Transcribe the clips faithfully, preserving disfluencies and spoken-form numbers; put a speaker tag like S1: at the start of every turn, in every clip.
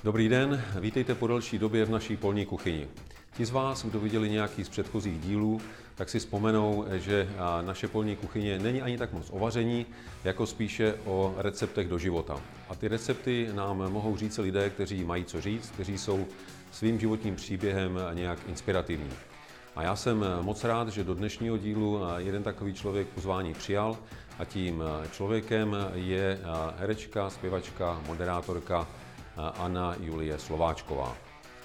S1: Dobrý den, vítejte po delší době v naší polní kuchyni. Ti z vás, kdo viděli nějaký z předchozích dílů, tak si vzpomenou, že naše polní kuchyně není ani tak moc o vaření, jako spíše o receptech do života. A ty recepty nám mohou říct lidé, kteří mají co říct, kteří jsou svým životním příběhem nějak inspirativní. A já jsem moc rád, že do dnešního dílu jeden takový člověk pozvání přijal a tím člověkem je herečka, zpěvačka, moderátorka Anna Julie Slováčková.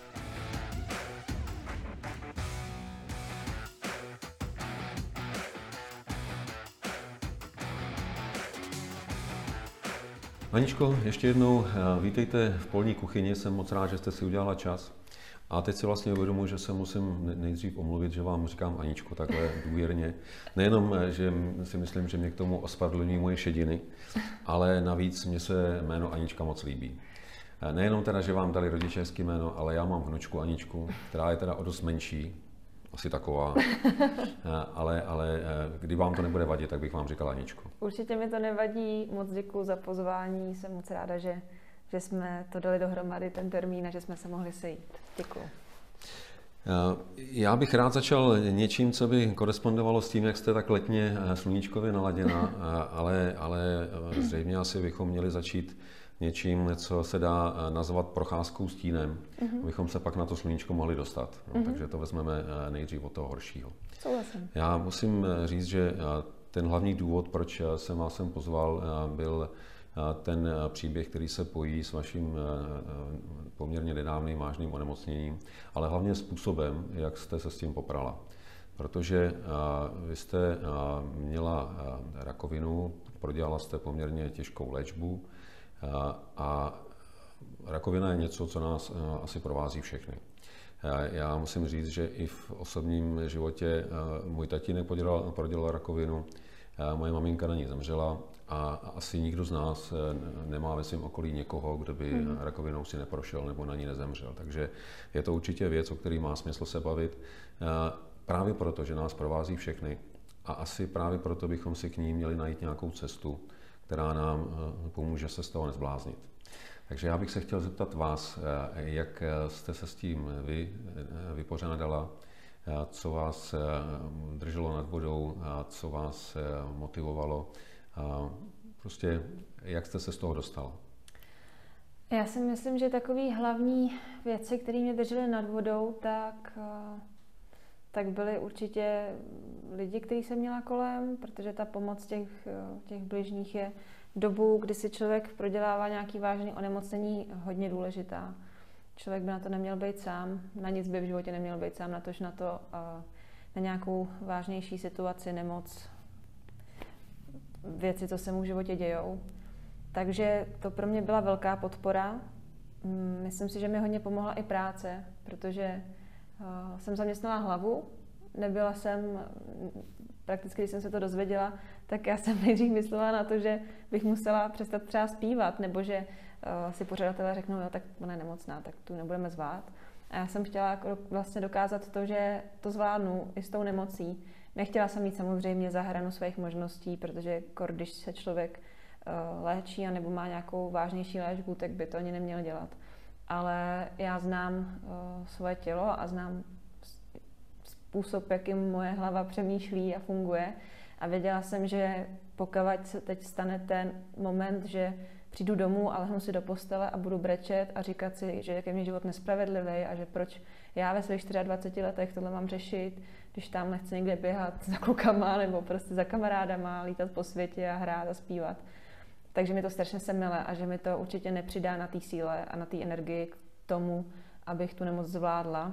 S1: Aničko, ještě jednou vítejte v polní kuchyni, jsem moc rád, že jste si udělala čas. A teď si vlastně uvědomuji, že se musím nejdřív omluvit, že vám říkám Aničko takhle důvěrně. Nejenom, že si myslím, že mě k tomu ospravedlňují moje šediny, ale navíc mě se jméno Anička moc líbí. Nejenom teda, že vám dali rodičovské jméno, ale já mám vnučku Aničku, která je teda o dost menší, asi taková, ale, ale kdy vám to nebude vadit, tak bych vám říkal Aničko.
S2: Určitě mi to nevadí, moc děkuji za pozvání, jsem moc ráda, že, že jsme to dali dohromady, ten termín, a že jsme se mohli sejít. Děkuji.
S1: Já bych rád začal něčím, co by korespondovalo s tím, jak jste tak letně sluníčkově naladěna, ale, ale zřejmě asi bychom měli začít něčím, co se dá nazvat procházkou stínem, mm-hmm. abychom se pak na to sluníčko mohli dostat. No, mm-hmm. Takže to vezmeme nejdřív od toho horšího.
S2: Souhlasím.
S1: Já musím říct, že ten hlavní důvod, proč jsem vás sem pozval, byl ten příběh, který se pojí s vaším poměrně nedávným vážným onemocněním, ale hlavně způsobem, jak jste se s tím poprala. Protože vy jste měla rakovinu, prodělala jste poměrně těžkou léčbu, a rakovina je něco, co nás asi provází všechny. Já musím říct, že i v osobním životě můj tatínek prodělal, prodělal rakovinu, moje maminka na ní zemřela a asi nikdo z nás nemá ve svém okolí někoho, kdo by hmm. rakovinou si neprošel nebo na ní nezemřel. Takže je to určitě věc, o který má smysl se bavit, právě proto, že nás provází všechny a asi právě proto bychom si k ní měli najít nějakou cestu, která nám pomůže se z toho nezbláznit. Takže já bych se chtěl zeptat vás, jak jste se s tím vy vypořádala, co vás drželo nad vodou, co vás motivovalo, prostě jak jste se z toho dostala?
S2: Já si myslím, že takový hlavní věci, které mě držely nad vodou, tak, tak byly určitě lidi, kteří jsem měla kolem, protože ta pomoc těch, těch bližních je v dobu, kdy si člověk prodělává nějaký vážný onemocnění, hodně důležitá. Člověk by na to neměl být sám, na nic by v životě neměl být sám, natož na to, na nějakou vážnější situaci, nemoc, věci, co se mu v životě dějou. Takže to pro mě byla velká podpora. Myslím si, že mi hodně pomohla i práce, protože jsem zaměstnala hlavu, nebyla jsem, prakticky když jsem se to dozvěděla, tak já jsem nejdřív myslela na to, že bych musela přestat třeba zpívat, nebo že uh, si pořadatelé řeknou, jo, tak ona je nemocná, tak tu nebudeme zvát. A já jsem chtěla jako vlastně dokázat to, že to zvládnu i s tou nemocí. Nechtěla jsem jít samozřejmě za hranu svých možností, protože když se člověk uh, léčí a nebo má nějakou vážnější léčbu, tak by to ani neměl dělat. Ale já znám uh, svoje tělo a znám způsob, jakým moje hlava přemýšlí a funguje. A věděla jsem, že pokud se teď stane ten moment, že přijdu domů a lehnu si do postele a budu brečet a říkat si, že jak je mě život nespravedlivý a že proč já ve svých dvaceti čtyřech letech tohle mám řešit, když tam nechci někde běhat za klukama nebo prostě za kamarádama, lítat po světě a hrát a zpívat. Takže mi to strašně semele a že mi to určitě nepřidá na té síle a na té energii k tomu, abych tu nemoc zvládla.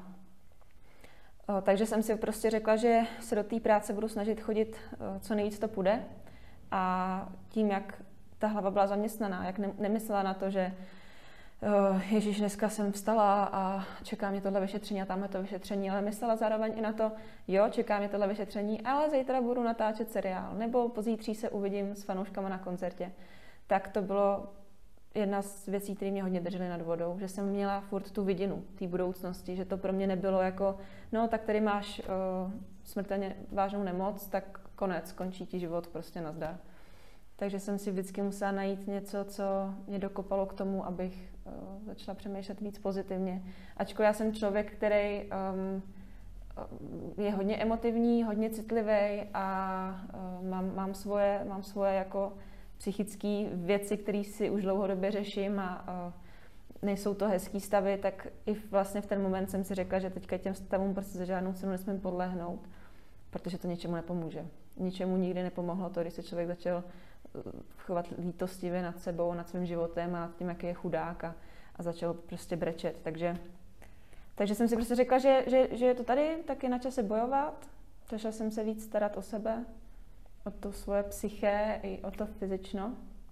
S2: Takže jsem si prostě řekla, že se do té práce budu snažit chodit co nejvíc to půjde. A tím, jak ta hlava byla zaměstnaná, jak ne- nemyslela na to, že uh, ježiš, dneska jsem vstala a čeká mě tohle vyšetření a tamhle to vyšetření, ale myslela zároveň i na to, jo, čeká mě tohle vyšetření, ale zítra budu natáčet seriál, nebo pozítří se uvidím s fanouškama na koncertě. Tak to bylo jedna z věcí, které mě hodně držely nad vodou, že jsem měla furt tu vidinu té budoucnosti, že to pro mě nebylo jako, no tak tady máš uh, smrtelně vážnou nemoc, tak konec, končí ti život, prostě nazdar. Takže jsem si vždycky musela najít něco, co mě dokopalo k tomu, abych uh, začala přemýšlet víc pozitivně. Ačkoliv já jsem člověk, který um, je hodně emotivní, hodně citlivý a uh, mám, mám, svoje, mám svoje jako psychické věci, které si už dlouhodobě řeším a uh, nejsou to hezký stavy, tak i vlastně v ten moment jsem si řekla, že teďka těm stavům prostě za žádnou cenu nesmím podlehnout, protože to ničemu nepomůže. Ničemu nikdy nepomohlo to, když se člověk začal chovat lítostivě nad sebou, nad svým životem a nad tím, jaký je chudák a, a začal prostě brečet. Takže, takže jsem si prostě řekla, že, že, že je to tady, tak je na čase bojovat. Začala jsem se víc starat o sebe, o to svoje psyché i o to fyzično.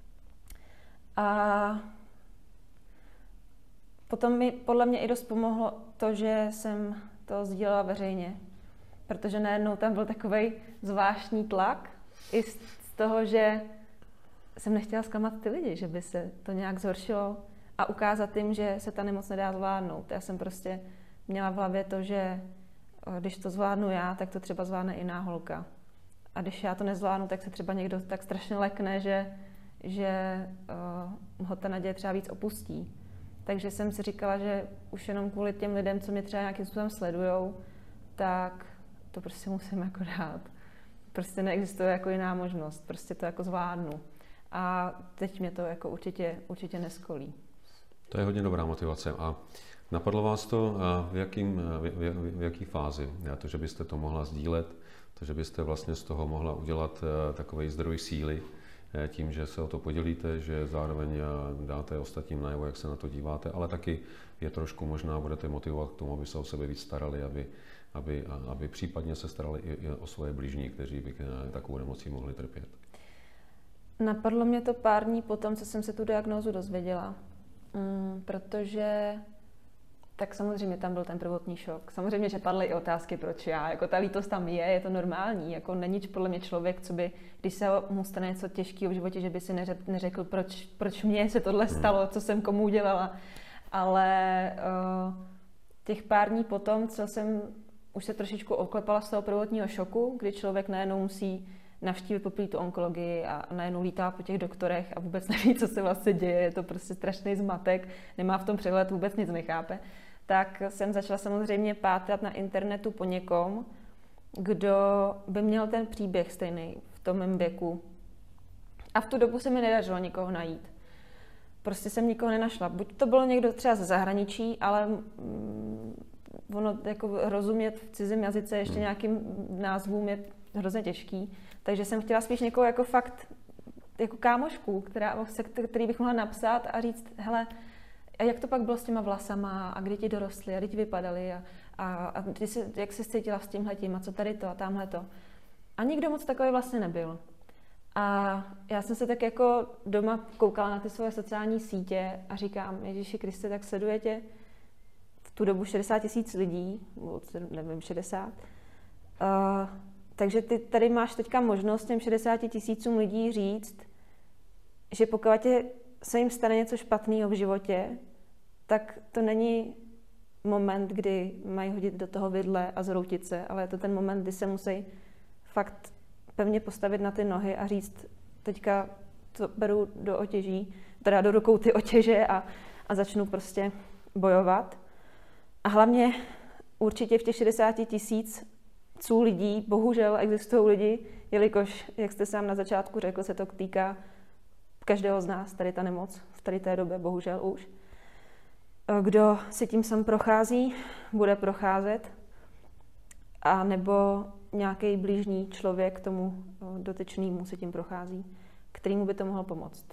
S2: A potom mi podle mě i dost pomohlo to, že jsem to sdílela veřejně. Protože najednou tam byl takovej zvláštní tlak i z toho, že jsem nechtěla zklamat ty lidi, že by se to nějak zhoršilo a ukázat jim, že se ta nemoc nedá zvládnout. Já jsem prostě měla v hlavě to, že když to zvládnu já, tak to třeba zvládne i jiná holka. A když já to nezvládnu, tak se třeba někdo tak strašně lekne, že, že uh, ho ta naděje třeba víc opustí. Takže jsem si říkala, že už jenom kvůli těm lidem, co mě třeba nějakým způsobem sledujou, tak to prostě musím jako dát. Prostě neexistuje jako jiná možnost, prostě to jako zvládnu. A teď mě to jako určitě, určitě neskolí.
S1: To je hodně dobrá motivace. A napadlo vás to v, jakým, v, v jaký fázi? To, že byste to mohla sdílet, to, že byste vlastně z toho mohla udělat takový zdroj síly, tím, že se o to podělíte, že zároveň dáte ostatním najevo, jak se na to díváte, ale taky je trošku možná budete motivovat k tomu, aby se o sebe víc starali, aby, aby, aby případně se starali i o svoje bližní, kteří by takovou nemocí mohli trpět.
S2: Napadlo mě to pár dní potom, co jsem se tu diagnózu dozvěděla, mm, protože tak samozřejmě tam byl ten prvotní šok. Samozřejmě, že padly i otázky, proč já. Jako ta lítost tam je, je to normální. Jako není podle mě člověk, co by, když se mu stane něco těžkého v životě, že by si neřekl, neřekl proč, proč mně se tohle stalo, co jsem komu udělala. Ale uh, těch pár dní potom, co jsem už se trošičku oklepala z toho prvotního šoku, kdy člověk najednou musí navštívit poprvé tu onkologii a najednou lítá po těch doktorech a vůbec neví, co se vlastně děje, je to prostě strašný zmatek, nemá v tom přehled, vůbec nic nechápe, tak jsem začala samozřejmě pátrat na internetu po někom, kdo by měl ten příběh stejný v tom mém věku. A v tu dobu se mi nedařilo nikoho najít. Prostě jsem nikoho nenašla. Buď to bylo někdo třeba ze zahraničí, ale mm, ono jako rozumět v cizím jazyce ještě nějakým názvům je hrozně těžký. Takže jsem chtěla spíš někoho jako fakt, jako kámošku, která, který bych mohla napsat a říct, hele, a jak to pak bylo s těma vlasama a kdy ti dorostly a kdy ti vypadaly a, a, a ty jsi, jak jsi cítila s tímhletím a co tady to a tamhle to. A nikdo moc takový vlastně nebyl. A já jsem se tak jako doma koukala na ty svoje sociální sítě a říkám, Ježíši Kriste, tak sledujete v tu dobu šedesát tisíc lidí, nevím, šedesát. Uh, takže ty tady máš teďka možnost těm šedesáti tisícům lidí říct, že pokud se jim stane něco špatného v životě, tak to není moment, kdy mají hodit do toho vidle a zroutit se, ale je to ten moment, kdy se musí fakt pevně postavit na ty nohy a říct, teďka to beru do otěží, teda do rukou ty otěže a, a začnu prostě bojovat. A hlavně určitě v těch šedesáti tisíc lidí, bohužel existují lidi, jelikož, jak jste sám na začátku řekl, se to týká každého z nás, tady ta nemoc, v tady té době, bohužel už. Kdo si tím sam prochází, bude procházet, a nebo nějaký blížní člověk tomu dotyčnému si tím prochází, kterýmu by to mohlo pomoct.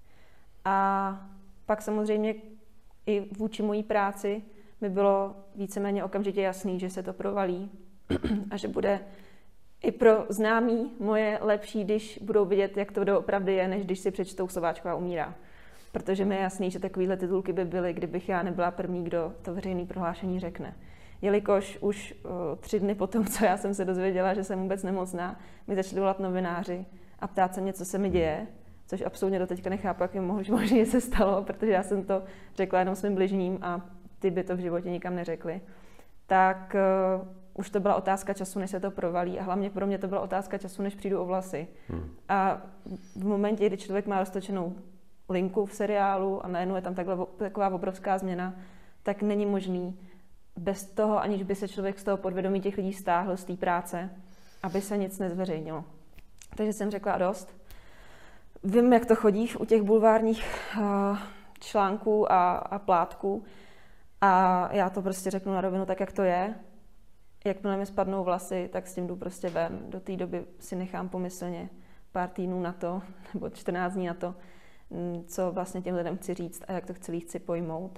S2: A pak samozřejmě i vůči mojí práci mi bylo víceméně okamžitě jasný, že se to provalí a že bude i pro známí moje lepší, když budou vidět, jak to doopravdy je, než když si přečtou Slováčková umírá. Protože mi je jasný, že takovéhle titulky by byly, kdybych já nebyla první, kdo to veřejné prohlášení řekne. Jelikož už o, tři dny potom, co já jsem se dozvěděla, že jsem vůbec nemocná, mi začali volat novináři a ptát se mě, co se mi děje, což absolutně do teďka nechápu, jak mi možná se stalo, protože já jsem to řekla jenom svým bližním a ty by to v životě nikam neřekli. Tak už to byla otázka času, než se to provalí a hlavně pro mě to byla otázka času, než přijdu o vlasy. Hmm. A v momentě, kdy člověk má roztočenou linku v seriálu a najednou je tam takhle, taková obrovská změna, tak není možný bez toho, aniž by se člověk z toho podvědomí těch lidí stáhl z té práce, aby se nic nezveřejnilo. Takže jsem řekla dost. Vím, jak to chodí u těch bulvárních uh, článků a, a plátků a já to prostě řeknu na rovinu tak, jak to je. Jakmile mi spadnou vlasy, tak s tím jdu prostě ven. Do té doby si nechám pomyslně pár týdnů na to, nebo čtrnáct dní na to, co vlastně těm lidem chci říct a jak to celý chci pojmout.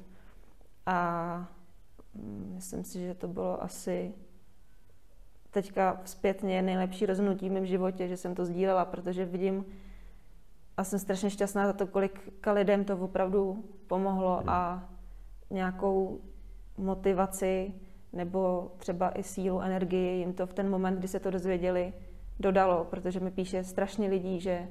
S2: A myslím si, že to bylo asi teďka zpětně nejlepší rozhodnutí v mém životě, že jsem to sdílela, protože vidím a jsem strašně šťastná za to, kolika lidem to opravdu pomohlo a nějakou motivaci nebo třeba i sílu, energii jim to v ten moment, kdy se to dozvěděli, dodalo, protože mi píše strašně lidí, že,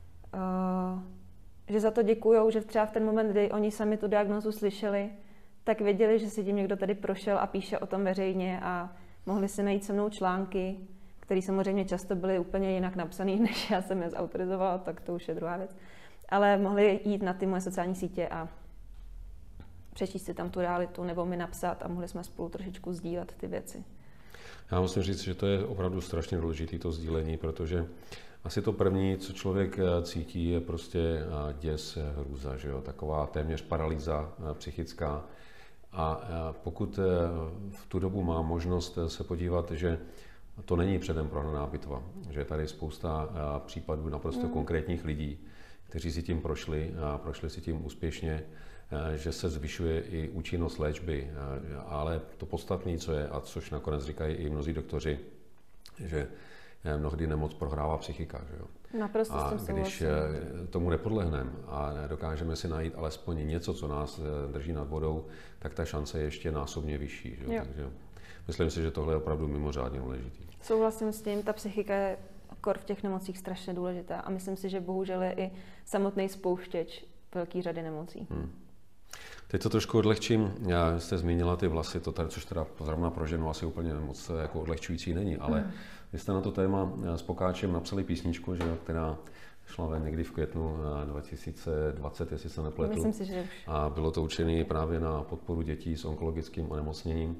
S2: uh, že za to děkujou, že třeba v ten moment, kdy oni sami tu diagnózu slyšeli, tak věděli, že si tím někdo tady prošel a píše o tom veřejně a mohli si najít se mnou články, které samozřejmě často byly úplně jinak napsané, než já jsem je zautorizovala, tak to už je druhá věc. Ale mohli jít na ty moje sociální sítě a přečíst si tam tu realitu nebo mi napsat a mohli jsme spolu trošičku sdílet ty věci.
S1: Já musím říct, že to je opravdu strašně důležité to sdílení, protože asi to první, co člověk cítí, je prostě děs, hrůza, že jo? Taková téměř paralýza psychická. A pokud v tu dobu má možnost se podívat, že to není předem prohnaná bitva, že je tady spousta případů naprosto mm. konkrétních lidí, kteří si tím prošli a prošli si tím úspěšně, že se zvyšuje i účinnost léčby, ale to podstatné, co je, a což nakonec říkají i mnozí doktoři, že mnohdy nemoc prohrává psychika. Že jo?
S2: Naprosto
S1: a
S2: s tím
S1: když tomu nepodlehneme a dokážeme si najít alespoň něco, co nás drží nad vodou, tak ta šance je ještě násobně vyšší. Že jo? Takže myslím si, že tohle je opravdu mimořádně důležitý.
S2: Souhlasím s tím, ta psychika je kor v těch nemocích strašně důležitá a myslím si, že bohužel je i samotný spouštěč velký řady nemocí. Hmm.
S1: Teď to trošku odlehčím. Já jste zmínila ty vlasy, to tady, což teda zrovna pro ženu asi úplně moc jako odlehčující není, ale mm. vy jste na to téma s Pokáčem napsali písničku, že, která šla ven někdy v květnu dva tisíce dvacet, jestli se nepletu.
S2: Myslím si, že už.
S1: A bylo to určené právě na podporu dětí s onkologickým onemocněním.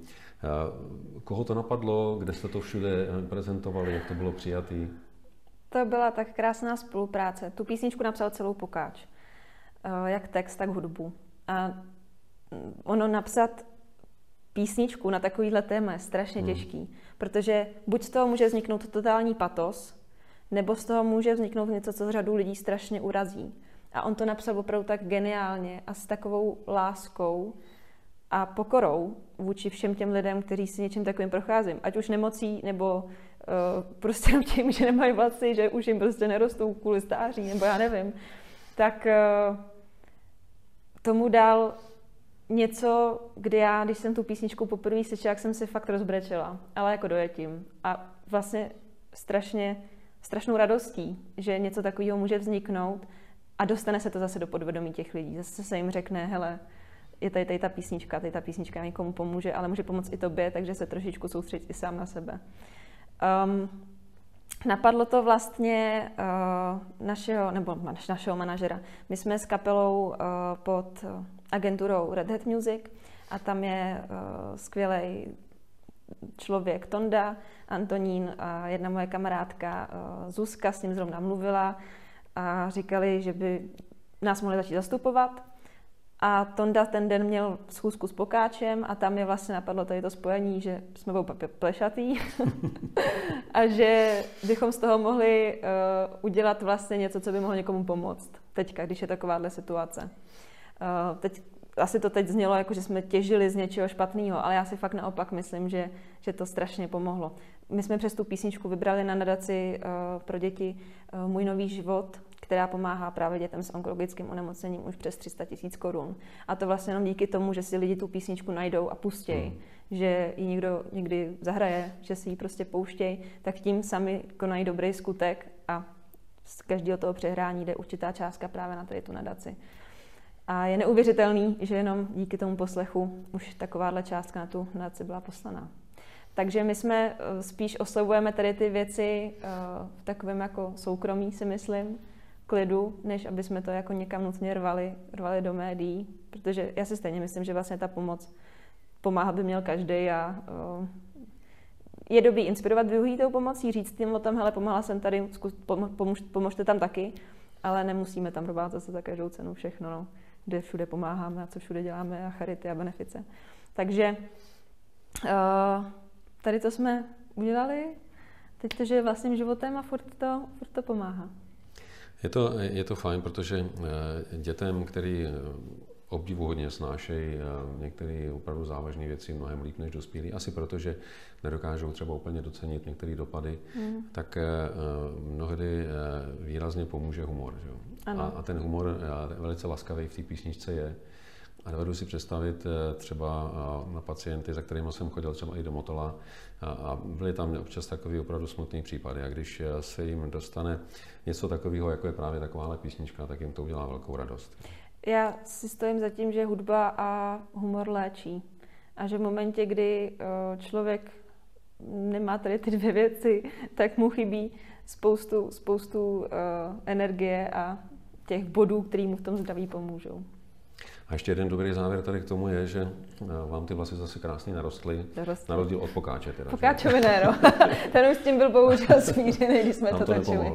S1: Koho to napadlo, kde jste to všude prezentovali, jak to bylo přijatý?
S2: To byla tak krásná spolupráce. Tu písničku napsal celou Pokáč. Jak text, tak hudbu. A ono napsat písničku na takovýhle téma je strašně hmm. těžký, protože buď z toho může vzniknout totální patos, nebo z toho může vzniknout něco, co řadu lidí strašně urazí. A on to napsal opravdu tak geniálně a s takovou láskou a pokorou vůči všem těm lidem, kteří si něčím takovým procházím. Ať už nemocí, nebo uh, prostě tím, že nemají vlasy, že už jim prostě nerostou kvůli stáří, nebo já nevím. Tak uh, tomu dal něco, kdy já, když jsem tu písničku poprvé slyšela, jak jsem si fakt rozbrečela, ale jako dojetím. A vlastně strašně, strašnou radostí, že něco takového může vzniknout a dostane se to zase do podvědomí těch lidí. Zase se jim řekne, hele, je tady, tady ta písnička, tady ta písnička někomu pomůže, ale může pomoct i tobě, takže se trošičku soustředit i sám na sebe. Um, Napadlo to vlastně uh, našeho, nebo našeho manažera. My jsme s kapelou uh, pod agenturou Red Hat Music a tam je uh, skvělý člověk Tonda, Antonín a jedna moje kamarádka uh, Zuzka s ním zrovna mluvila a říkali, že by nás mohli začít zastupovat. A Tonda ten den měl schůzku s Pokáčem a tam je vlastně napadlo tady to spojení, že jsme oba plešatý a že bychom z toho mohli uh, udělat vlastně něco, co by mohlo někomu pomoct teďka, když je takováhle situace. Uh, teď, asi to teď znělo, jako že jsme těžili z něčeho špatného, ale já si fakt naopak myslím, že, že to strašně pomohlo. My jsme přes tu písničku vybrali na nadaci uh, pro děti uh, Můj nový život, která pomáhá právě dětem s onkologickým onemocněním už přes tři sta tisíc korun. A to vlastně jenom díky tomu, že si lidi tu písničku najdou a pustějí, hmm. že ji někdo někdy zahraje, že si ji prostě pouštějí, tak tím sami konají dobrý skutek a z každého toho přehrání jde určitá částka právě na tady tu nadaci. A je neuvěřitelný, že jenom díky tomu poslechu už takováhle částka na tu nadaci byla poslaná. Takže my jsme spíš oslovujeme tady ty věci v takovém jako soukromí, si myslím, klidu, než aby jsme to jako někam nutně rvali, rvali do médií, protože já si stejně myslím, že vlastně ta pomoc pomáhat by měl každý a uh, je dobrý inspirovat druhý tou pomocí, říct jim o tom, hele, pomáhala jsem tady, zkus, pomož, pomožte tam taky, ale nemusíme tam robát zase za každou cenu všechno, no, kde všude pomáháme a co všude děláme a charity a benefice. Takže uh, tady to jsme udělali, teď to žije vlastním životem a furt to, furt to pomáhá.
S1: Je to, je to fajn, protože dětem, který obdivuhodně snášejí některé opravdu závažné věci mnohem líp než dospělí, asi protože nedokážou třeba úplně docenit některé dopady, mm. tak mnohdy výrazně pomůže humor. Že? A, a ten humor velice laskavý v té písničce je. A dovedu si představit třeba na pacienty, za kterými jsem chodil třeba i do Motola, a byly tam občas takový opravdu smutný případy. A když se jim dostane něco takového, jako je právě takováhle písnička, tak jim to udělá velkou radost.
S2: Já si stojím za tím, že hudba a humor léčí. A že v momentě, kdy člověk nemá tady ty dvě věci, tak mu chybí spoustu, spoustu energie a těch bodů, který mu v tom zdraví pomůžou.
S1: A ještě jeden dobrý závěr tady k tomu je, že vám ty vlasy zase krásně narostly,
S2: narostly.
S1: Na rozdíl od Pokáče. Teda,
S2: Pokáčovi ne, no. Ten už s tím byl bohužel smířený, když jsme
S1: tam
S2: to,
S1: to
S2: točili.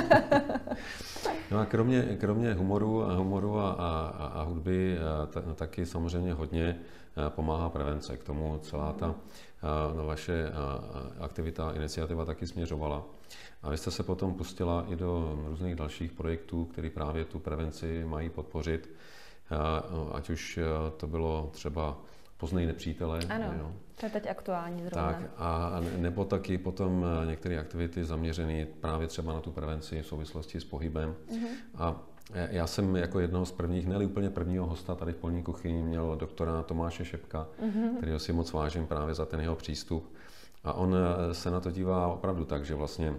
S1: No a kromě, kromě humoru a, humoru a, a, a hudby ta, taky samozřejmě hodně pomáhá prevence. K tomu celá ta no, vaše aktivita, iniciativa taky směřovala. A vy jste se potom pustila i do různých dalších projektů, které právě tu prevenci mají podpořit. Ať už to bylo třeba Poznej nepřítele.
S2: Ano,
S1: jo.
S2: to je teď aktuální zrovna.
S1: Tak, a nebo taky potom některé aktivity zaměřené právě třeba na tu prevenci v souvislosti s pohybem. Mm-hmm. A já jsem jako jednoho z prvních, ne úplně prvního hosta tady v Polní kuchyni měl doktora Tomáše Šepka, mm-hmm. kterého si moc vážím právě za ten jeho přístup. A on se na to dívá opravdu tak, že vlastně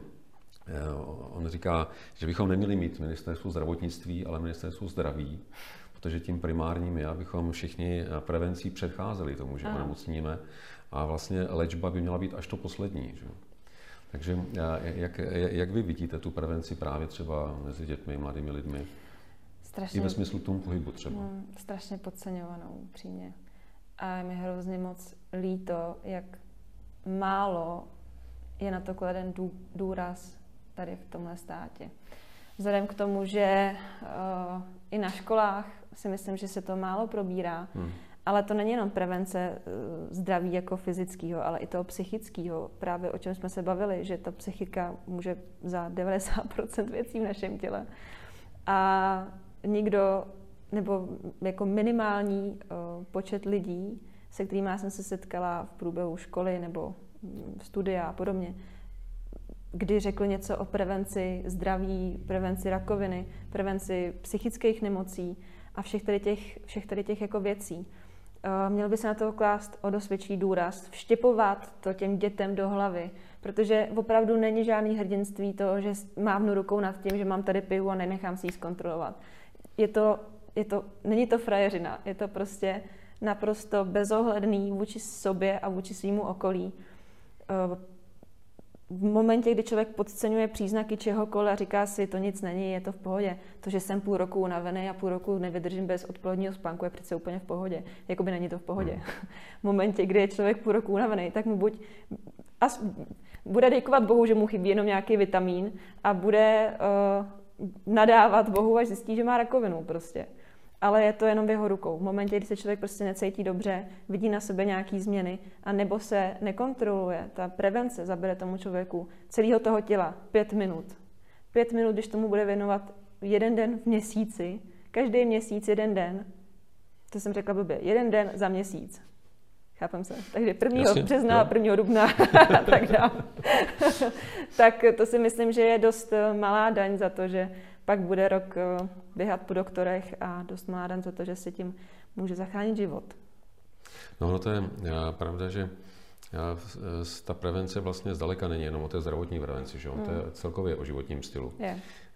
S1: on říká, že bychom neměli mít ministerstvo zdravotnictví, ale ministerstvo zdraví, protože tím primárním je, abychom všichni prevencí předcházeli tomu, že onemocníme, a vlastně léčba by měla být až to poslední. Že? Takže jak, jak vy vidíte tu prevenci právě třeba mezi dětmi, mladými lidmi?
S2: Strašně,
S1: i ve smyslu k tomu pohybu třeba.
S2: Hmm, strašně podceňovanou, upřímně. A je mi hrozně moc líto, jak málo je na to kladen dů, důraz tady v tomhle státě. Vzhledem k tomu, že uh, i na školách si myslím, že se to málo probírá, hmm. ale to není jenom prevence uh, zdraví jako fyzického, ale i toho psychického. Právě o čem jsme se bavili, že ta psychika může za devadesát procent věcí v našem těle. A nikdo, nebo jako minimální uh, počet lidí, se kterými jsem se setkala v průběhu školy nebo studia a podobně, kdy řekl něco o prevenci zdraví, prevenci rakoviny, prevenci psychických nemocí a všech tady těch, všech tady těch jako věcí. Uh, měl by se na to klást o dost větší důraz, vštěpovat to těm dětem do hlavy, protože opravdu není žádný hrdinství to, že mávnu rukou nad tím, že mám tady pivu a nenechám si ji zkontrolovat. Je to, je to, není to frajeřina, je to prostě naprosto bezohledný vůči sobě a vůči svýmu okolí. Uh, V momentě, kdy člověk podceňuje příznaky čehokoliv a říká si, to nic není, je to v pohodě. To, že jsem půl roku unavený a půl roku nevydržím bez odpoledního spánku, je přece úplně v pohodě. Jakoby není to v pohodě. V momentě, kdy je člověk půl roku unavený, tak mu buď as, bude děkovat Bohu, že mu chybí jenom nějaký vitamín a bude uh, nadávat Bohu, až zjistí, že má rakovinu prostě. Ale je to jenom v jeho rukou. V momentě, kdy se člověk prostě necítí dobře, vidí na sebe nějaké změny a nebo se nekontroluje, ta prevence zabere tomu člověku celého toho těla pět minut. Pět minut, když tomu bude věnovat jeden den v měsíci, každý měsíc jeden den, to jsem řekla blbě, jeden den za měsíc. Chápem se. Takže prvního března a prvního dubna a tak dále. Tak to si myslím, že je dost malá daň za to, že pak bude rok běhat po doktorech a dost malá daň za to, že si tím může zachránit život.
S1: No, no to je pravda, že ta prevence vlastně zdaleka není jenom o té zdravotní prevenci, že? Hmm. To je celkově o životním stylu.
S2: Je.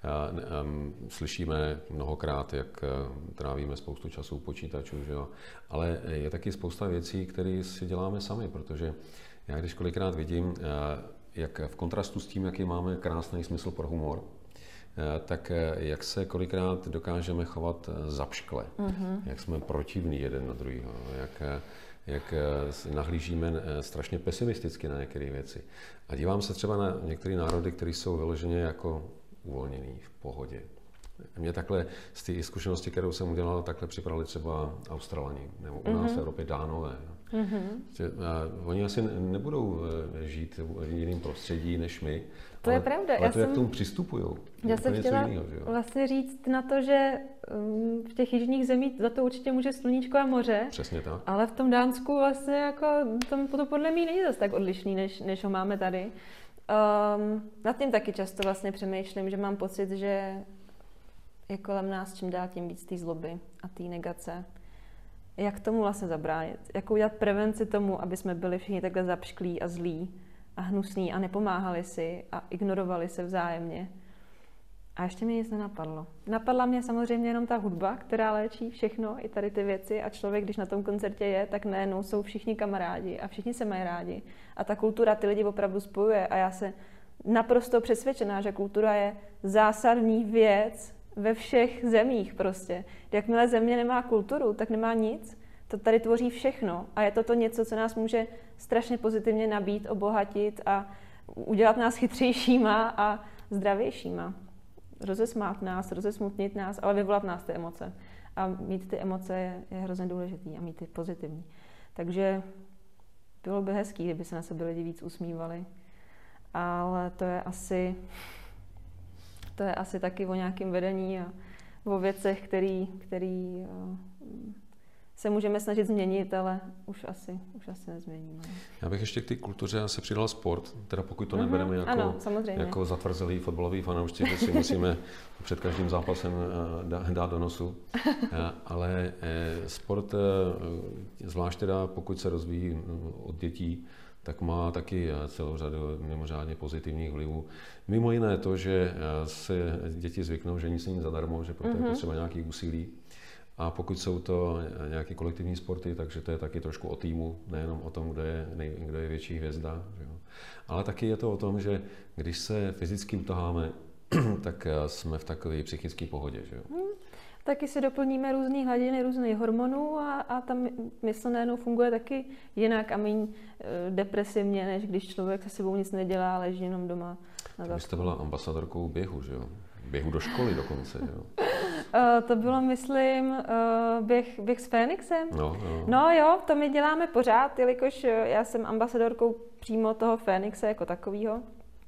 S1: Slyšíme mnohokrát, jak trávíme spoustu času u počítačů, že jo? Ale je taky spousta věcí, které si děláme sami, protože Já když kolikrát vidím, jak v kontrastu s tím, jaký máme krásný smysl pro humor, tak jak se kolikrát dokážeme chovat zapškle, mm-hmm. jak jsme protivní jeden na druhýho, jak, jak nahlížíme strašně pesimisticky na některé věci. A dívám se třeba na některé národy, které jsou vyloženě jako uvolněný, v pohodě. Mě takhle z té zkušenosti, kterou jsem udělal, takhle připravili třeba Australani, nebo u nás mm-hmm. v Evropě Dánové. Mm-hmm. Že, uh, oni asi nebudou žít v jiném prostředí než my.
S2: To ale, je pravda.
S1: Ale
S2: já
S1: to,
S2: jsem,
S1: jak k tomu přistupují.
S2: Já jsem chtěla jinýho, vlastně říct na to, že um, v těch jižních zemích za to určitě může sluníčko a moře.
S1: Přesně tak.
S2: Ale v tom Dánsku vlastně jako tam to podle mě není zase tak odlišný, než, než ho máme tady. Um, nad tím taky často vlastně přemýšlím, že mám pocit, že je kolem nás čím dál tím víc té zloby a té negace. Jak tomu vlastně zabránit? Jak udělat prevenci tomu, aby jsme byli všichni takhle zapšklí a zlí a hnusní a nepomáhali si a ignorovali se vzájemně? A ještě mi nic nenapadlo. Napadla mě samozřejmě jenom ta hudba, která léčí všechno, i tady ty věci a člověk, když na tom koncertě je, tak najednou jsou všichni kamarádi a všichni se mají rádi. A ta kultura ty lidi opravdu spojuje a já se naprosto přesvědčená, že kultura je zásadní věc ve všech zemích prostě. Jakmile země nemá kulturu, tak nemá nic. To tady tvoří všechno. A je to to něco, co nás může strašně pozitivně nabít, obohatit a udělat nás chytřejšíma a zdravějšíma. Rozesmát nás, rozesmutnit nás, ale vyvolat nás ty emoce. A mít ty emoce je, je hrozně důležitý a mít ty pozitivní. Takže bylo by hezký, kdyby se na sebe lidi víc usmívali. Ale to je asi... To je asi taky o nějakém vedení a o věcech, který, který se můžeme snažit změnit, ale už asi, už asi nezměníme.
S1: Já bych ještě k té kultuře se přidal sport, teda pokud to mm-hmm. nebereme jako,
S2: ano,
S1: jako zatvrzelý fotbalový fanoušci, že si musíme před každým zápasem dát do nosu. Ale sport, zvlášť teda pokud se rozvíjí od dětí, tak má taky celou řadu mimořádně pozitivních vlivů. Mimo jiné to, že se děti zvyknou, že nic není zadarmo, že proto mm-hmm. je potřeba nějaký úsilí. A pokud jsou to nějaké kolektivní sporty, takže to je taky trošku o týmu, nejenom o tom, kdo je, nej, kdo je větší hvězda. Že jo. Ale taky je to o tom, že když se fyzicky utaháme, tak jsme v takové psychické pohodě. Že jo. Hmm.
S2: Taky si doplníme různé hladiny různých hormonů a, a ta mysl najednou funguje taky jinak a méně depresivně, než když člověk se sebou nic nedělá, leží jenom doma.
S1: Vy jste byla ambasadorkou běhu, že jo? Běhu do školy dokonce, jo?
S2: Uh, to bylo, myslím, uh, běh, běh s Fénixem.
S1: No, no.
S2: no jo, to my děláme pořád, jelikož já jsem ambasadorkou přímo toho Fénixe jako takového.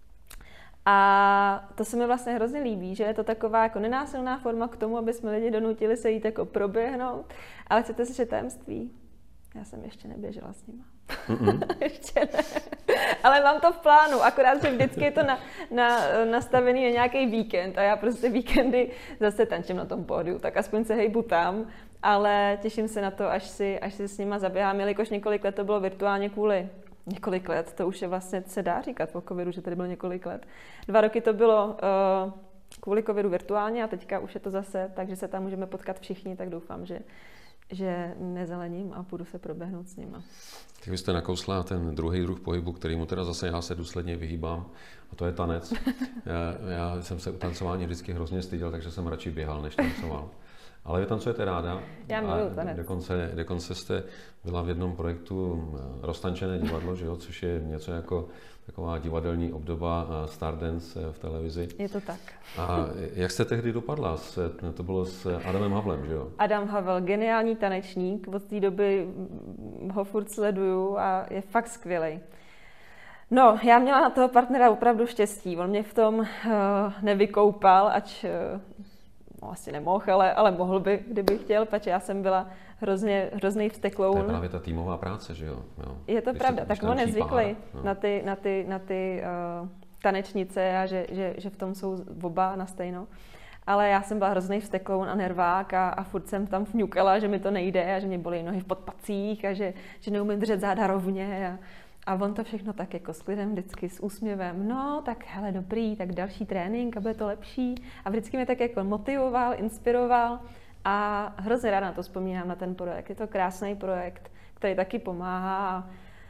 S2: A to se mi vlastně hrozně líbí, že je to taková jako nenásilná forma k tomu, aby jsme lidi donutili se jít jako proběhnout. Ale chcete slyšet tajemství? Já jsem ještě neběžela s nima. ještě ne. Ale mám to v plánu, akorát, že vždycky je to na, na, nastavený na nějaký víkend a já prostě víkendy zase tančím na tom pódiu, tak aspoň se hejbu tam, ale těším se na to, až si, až si s nima zaběhám, jelikož několik let to bylo virtuálně kvůli Několik let, to už je vlastně, se dá říkat po covidu, že tady bylo několik let. Dva roky to bylo uh, kvůli covidu virtuálně a teďka už je to zase, takže se tam můžeme potkat všichni, tak doufám, že, že nezelením a půjdu se proběhnout s nima.
S1: Tak vy jste nakousla ten druhý druh pohybu, kterýmu teda zase já se důsledně vyhýbám, a to je tanec. já, já jsem se u tancování vždycky hrozně styděl, takže jsem radši běhal, než tancoval. Ale vy tancujete ráda.
S2: Já miluji tanec.
S1: Dokonce, dokonce jste byla v jednom projektu Roztančené divadlo, že jo, což je něco jako taková divadelní obdoba Stardance v televizi.
S2: Je to tak.
S1: A jak jste tehdy dopadla? To bylo s Adamem Havlem, že jo?
S2: Adam Havel, geniální tanečník. Od té doby ho furt sleduju a je fakt skvělej. No, já měla na toho partnera opravdu štěstí. On mě v tom uh, nevykoupal, ač uh, no, asi nemohl, ale, ale mohl by, kdyby chtěl, protože já jsem byla hrozně, hrozný vztekloun.
S1: To je právě ta týmová práce, že jo? jo.
S2: Je to
S1: když
S2: pravda,
S1: se,
S2: tak on je zvyklý
S1: no.
S2: na ty, na ty, na ty uh, tanečnice a že, že, že v tom jsou oba na stejno. Ale já jsem byla hrozný vztekloun a nervák a, a furt jsem tam fňukala, že mi to nejde a že mě bolí nohy v podpacích a že, že neumím držet záda rovně. A, a on to všechno tak jako s klidem, vždycky s úsměvem. No, tak hele, dobrý, tak další trénink a bude to lepší. A vždycky mě tak jako motivoval, inspiroval a hrozně ráda na to vzpomínám, na ten projekt. Je to krásný projekt, který taky pomáhá.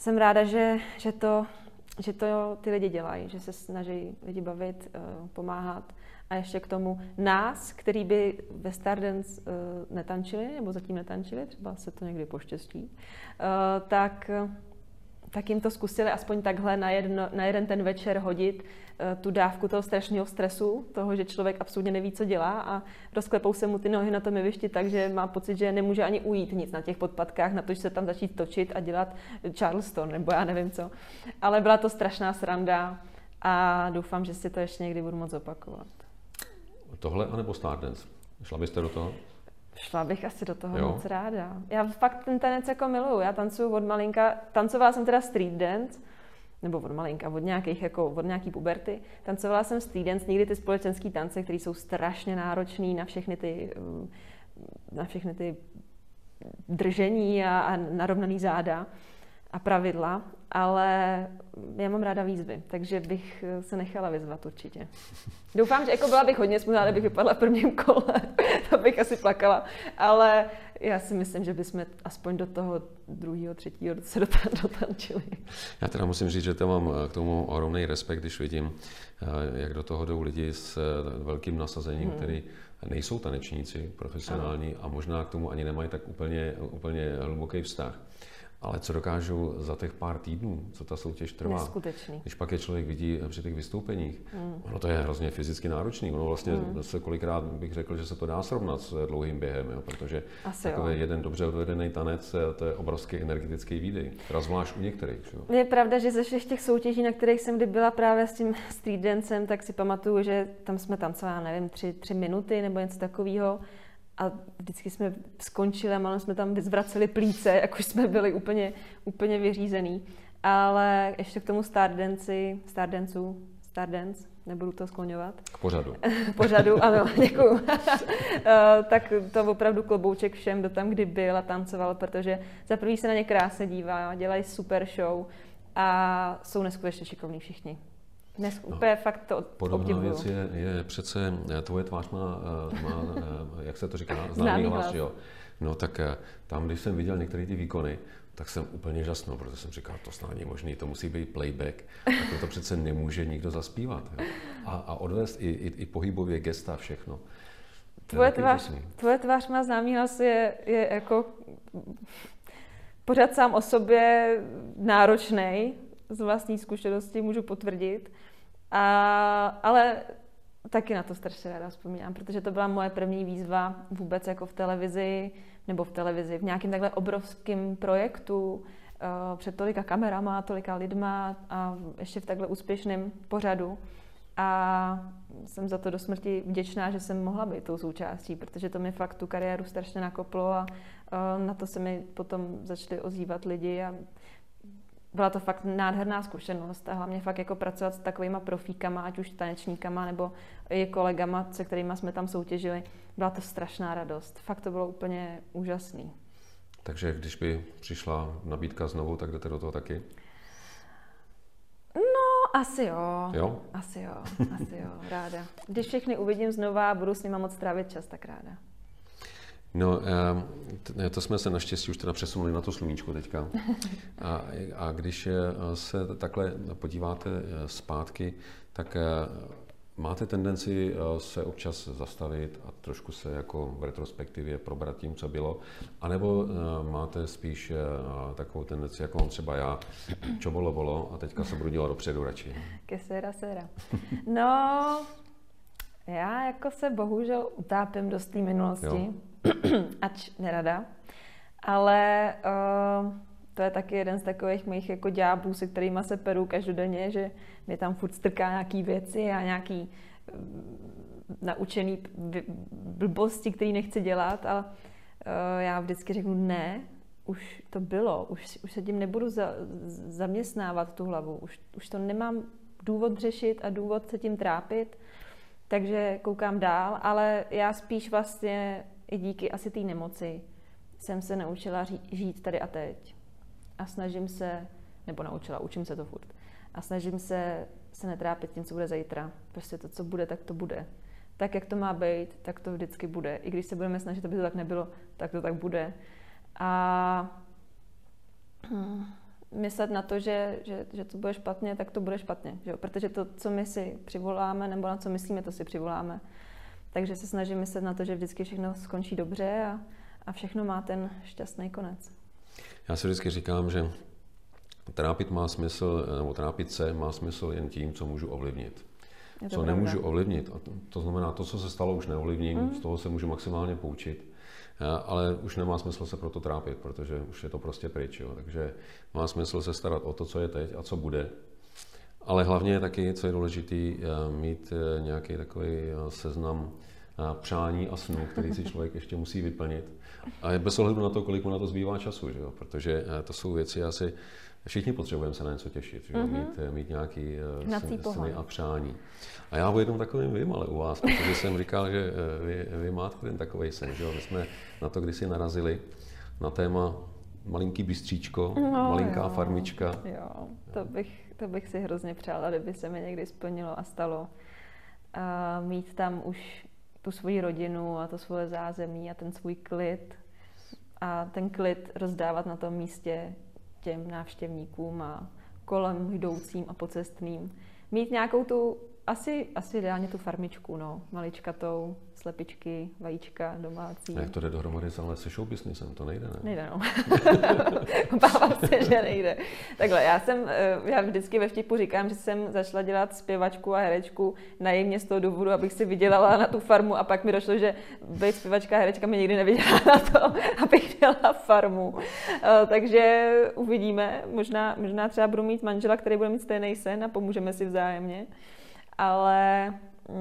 S2: jsem ráda, že, že, to, že to ty lidi dělají, že se snaží lidi bavit, pomáhat. A ještě k tomu nás, který by ve Stardance uh, netančili, nebo zatím netančili, třeba se to někdy poštěstí, uh, tak, tak jim to zkusili aspoň takhle na, jedno, na jeden ten večer hodit uh, tu dávku toho strašného stresu, toho, že člověk absolutně neví, co dělá a rozklepou se mu ty nohy na tom jevišti tak, že má pocit, že nemůže ani ujít nic na těch podpatkách, na to, že se tam začít točit a dělat Charleston, nebo já nevím co. Ale byla to strašná sranda a doufám, že si to ještě někdy budu moc opakovat.
S1: Tohle anebo Stardance? Šla byste do toho?
S2: Šla bych asi do toho
S1: jo.
S2: moc ráda. Já fakt ten tanec jako miluju. Já tancuju od malinka, tancovala jsem teda street dance, nebo od malinka, od nějakých jako, od nějaký puberty. Tancovala jsem street dance, někdy ty společenský tance, které jsou strašně náročný na všechny ty, na všechny ty držení a, a narovnaný záda a pravidla, ale já mám ráda výzvy, takže bych se nechala vyzvat určitě. Doufám, že jako byla bych hodně smutná, kdybych vypadla v prvním kole, to bych asi plakala, ale já si myslím, že bychom aspoň do toho druhého, třetího se dotančili.
S1: Já teda musím říct, že to mám k tomu ohromný respekt, když vidím, jak do toho jdou lidi s velkým nasazením, hmm. který nejsou tanečníci profesionální a možná k tomu ani nemají tak úplně, úplně hluboký vztah. Ale co dokážou za těch pár týdnů, co ta soutěž trvá.
S2: Neskutečný.
S1: Když pak je člověk vidí při těch vystoupeních, mm. ono to je hrozně fyzicky náročný. Ono vlastně mm. se kolikrát bych řekl, že se to dá srovnat s dlouhým během, jo, protože asi takový jo. jeden dobře odvedený tanec, to je obrovský energetický výdej. Teda zvlášť u některých. Jo.
S2: Je pravda, že ze všech těch soutěží, na kterých jsem kdy byla právě s tím street dancem, tak si pamatuju, že tam jsme tancovali, nevím, tři, tři minuty nebo něco takového. A vždycky jsme skončili a malo jsme tam zvraceli plíce, jakož jsme byli úplně, úplně vyřízený. Ale ještě k tomu Stardanci, Stardancu, Stardance, nebudu to skloňovat.
S1: K pořadu.
S2: K pořadu, ano, děkuju. Tak to opravdu klobouček všem, kdo tam kdy byl a tancoval, protože za prvý se na ně krásně dívá, dělají super show a jsou neskutečně šikovní všichni. Dnes no, úplně fakt to
S1: podobná věc je, je přece, tvoje tvář má, má jak se to říká, známý, známý hlas, hlas. Jo. No tak tam, když jsem viděl některé ty výkony, tak jsem úplně žasnul, protože jsem říkal, to snad není možný, to musí být playback, tak to přece nemůže nikdo zaspívat. Jo. A, a odvést i, i, i pohybově gesta, všechno.
S2: Tvoje tvář, tvoje tvář má známý hlas je, je jako pořád sám o sobě náročnej, z vlastní zkušenosti můžu potvrdit, a, ale taky na to strašně ráda vzpomínám, protože to byla moje první výzva vůbec jako v televizi, nebo v televizi, v nějakém takhle obrovském projektu, uh, před tolika kamerama, tolika lidma a ještě v takhle úspěšném pořadu. A jsem za to do smrti vděčná, že jsem mohla být tou součástí, protože to mi fakt tu kariéru strašně nakoplo a uh, na to se mi potom začali ozývat lidi a byla to fakt nádherná zkušenost a hlavně fakt jako pracovat s takovýma profíkama, ať už tanečníkama nebo i kolegama, se kterými jsme tam soutěžili. Byla to strašná radost. Fakt to bylo úplně úžasný.
S1: Takže když by přišla nabídka znovu, tak jdete do toho taky?
S2: No, asi jo.
S1: Jo?
S2: Asi jo, asi jo, ráda. Když všechny uvidím znova a budu s nima moc trávit čas, tak ráda.
S1: No, to jsme se naštěstí už teda přesunuli na to sluníčko teďka. A, a když se takhle podíváte zpátky, tak máte tendenci se občas zastavit a trošku se jako v retrospektivě probrat tím, co bylo, anebo máte spíš takovou tendenci, jako mám třeba já, čo bolo, bolo a teďka se budu dělat dopředu radši.
S2: Que sera, sera. No, já jako se bohužel utápím dost té minulosti. Jo. Ač nerada, ale uh, to je taky jeden z takových mých jako ďáblů, se kterýma se peru každodenně, že mě tam furt strká nějaký věci a nějaký uh, naučený blbosti, který nechci dělat, ale uh, já vždycky řeknu ne, už to bylo, už, už se tím nebudu za, zaměstnávat tu hlavu, už, už to nemám důvod řešit a důvod se tím trápit, takže koukám dál, ale já spíš vlastně i díky asi té nemoci jsem se naučila žít tady a teď. A snažím se, nebo naučila, učím se to furt. A snažím se se netrápit tím, co bude zítra. Prostě to, co bude, tak to bude. Tak, jak to má být, tak to vždycky bude. I když se budeme snažit, aby to tak nebylo, tak to tak bude. A myslet na to, že, že, že to bude špatně, tak to bude špatně. Že jo? Protože to, co my si přivoláme, nebo na co myslíme, to si přivoláme. Takže se snažím myslet na to, že vždycky všechno skončí dobře a, a všechno má ten šťastný konec.
S1: Já si vždycky říkám, že trápit má smysl, nebo trápit se má smysl jen tím, co můžu ovlivnit. Co pravda. Nemůžu ovlivnit, a to, to znamená, to, co se stalo, už neovlivním, mm. z toho se můžu maximálně poučit, ale už nemá smysl se proto trápit, protože už je to prostě pryč. Jo. Takže má smysl se starat o to, co je teď a co bude. Ale hlavně je taky, co je důležité, mít nějaký takový seznam přání a snů, který si člověk ještě musí vyplnit. A je bez ohledu na to, kolik mu na to zbývá času, že jo? Protože to jsou věci asi, všichni potřebujeme se na něco těšit, že jo? Mm-hmm. Mít, mít nějaký sny, sny a přání. A já o jednom takovým vím, ale u vás, protože jsem říkal, že vy, vy máte ten takovej sen, že jo? My jsme na to kdysi narazili, na téma malinký bystříčko, no, malinká
S2: jo.
S1: farmička.
S2: Jo, to bych, to bych si hrozně přála, kdyby se mi někdy splnilo a stalo. A mít tam už tu svoji rodinu a to svoje zázemí a ten svůj klid a ten klid rozdávat na tom místě těm návštěvníkům a kolem jdoucím a pocestným. Mít nějakou tu, asi, asi ideálně tu farmičku, no, maličkatou, slepičky, vajíčka, domácí.
S1: A jak to jde dohromady ale se show businessem, to nejde, ne?
S2: Nejde, no. Obávám se, že nejde. Takhle, já jsem, já vždycky ve vtipu říkám, že jsem začala dělat zpěvačku a herečku naivně z toho důvodu, abych si vydělala na tu farmu a pak mi došlo, že být zpěvačka a herečka mi nikdy nevydělala na to, abych dělala farmu. Takže uvidíme, možná, možná třeba budu mít manžela, který bude mít stejný sen a pomůžeme si vzájemně. Ale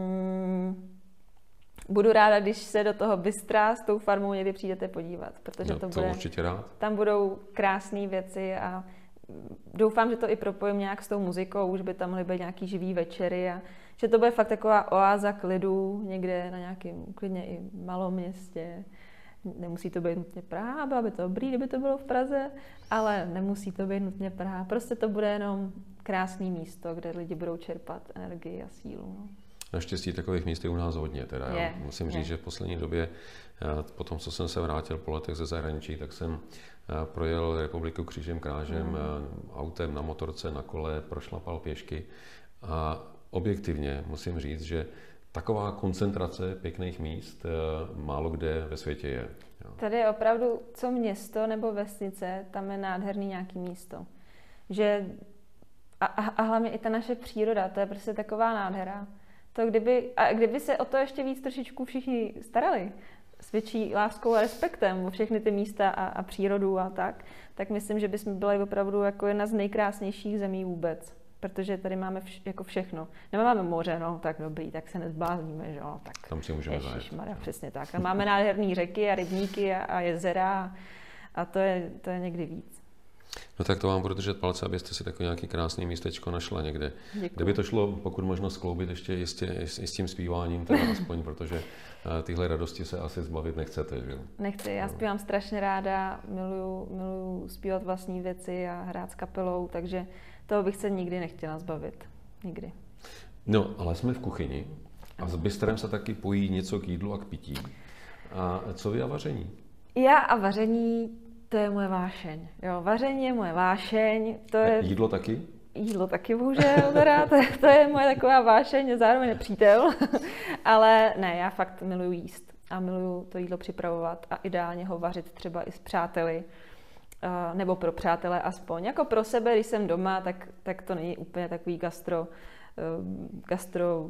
S2: mm, budu ráda, když se do toho Bystra s tou farmou někdy přijdete podívat, protože
S1: no,
S2: to,
S1: to
S2: bude,
S1: určitě rád.
S2: Tam budou krásné věci a doufám, že to i propojím nějak s tou muzikou, že by tam mohly být nějaký živý večery a že to bude fakt taková oáza klidu někde na nějakém klidně i malom městě. Nemusí to být nutně Praha, bylo by to dobrý, kdyby to bylo v Praze, ale nemusí to být nutně Praha. Prostě to bude jenom krásné místo, kde lidi budou čerpat energii a sílu. No.
S1: Naštěstí takových míst je u nás hodně. Teda. Já
S2: je,
S1: musím
S2: je.
S1: říct, že v poslední době, po tom, co jsem se vrátil po letech ze zahraničí, tak jsem projel republiku křížem krážem, mm. autem, na motorce, na kole, prošlapal pěšky a objektivně musím říct, že taková koncentrace pěkných míst málo kde ve světě je. Jo.
S2: Tady je opravdu, co město nebo vesnice, tam je nádherný nějaký místo. Že a, a, a hlavně i ta naše příroda, to je prostě taková nádhera. To kdyby, a kdyby se o to ještě víc trošičku všichni starali, s větší láskou a respektem o všechny ty místa a, a přírodu a tak, tak myslím, že bychom byli opravdu jako jedna z nejkrásnějších zemí vůbec. Protože tady máme vš, jako všechno. Nemáme moře, no tak dobrý, tak se nezblázníme, že jo. Tak
S1: tam si můžeme zajet.
S2: Ježišmarja, přesně tak. A máme nádherné řeky a rybníky a, a jezera a to je, to je někdy víc.
S1: No tak to vám budu držet palce, abyste si takové nějaké krásné místečko našla někde.
S2: Děkuju.
S1: Kdyby to šlo pokud možno skloubit ještě jistě, i s tím zpíváním, teda aspoň, protože tyhle radosti se asi zbavit nechcete, že jo?
S2: Nechci, já zpívám strašně ráda, miluju, miluju zpívat vlastní věci a hrát s kapelou, takže toho bych se nikdy nechtěla zbavit. Nikdy.
S1: No, ale jsme v kuchyni a s bystrem se taky pojí něco k jídlu a k pití. A co vy a vaření?
S2: Já a vaření, to je moje vášeň. Jo, vaření je moje vášeň. To je...
S1: Jídlo taky?
S2: Jídlo taky, bohužel, teda. To, to je moje taková vášeň, zároveň nepřítel. Ale ne, já fakt miluju jíst a miluju to jídlo připravovat a ideálně ho vařit třeba i s přáteli. Uh, nebo pro přátele aspoň. Jako pro sebe, když jsem doma, tak, tak to není úplně takový gastro, uh, gastro,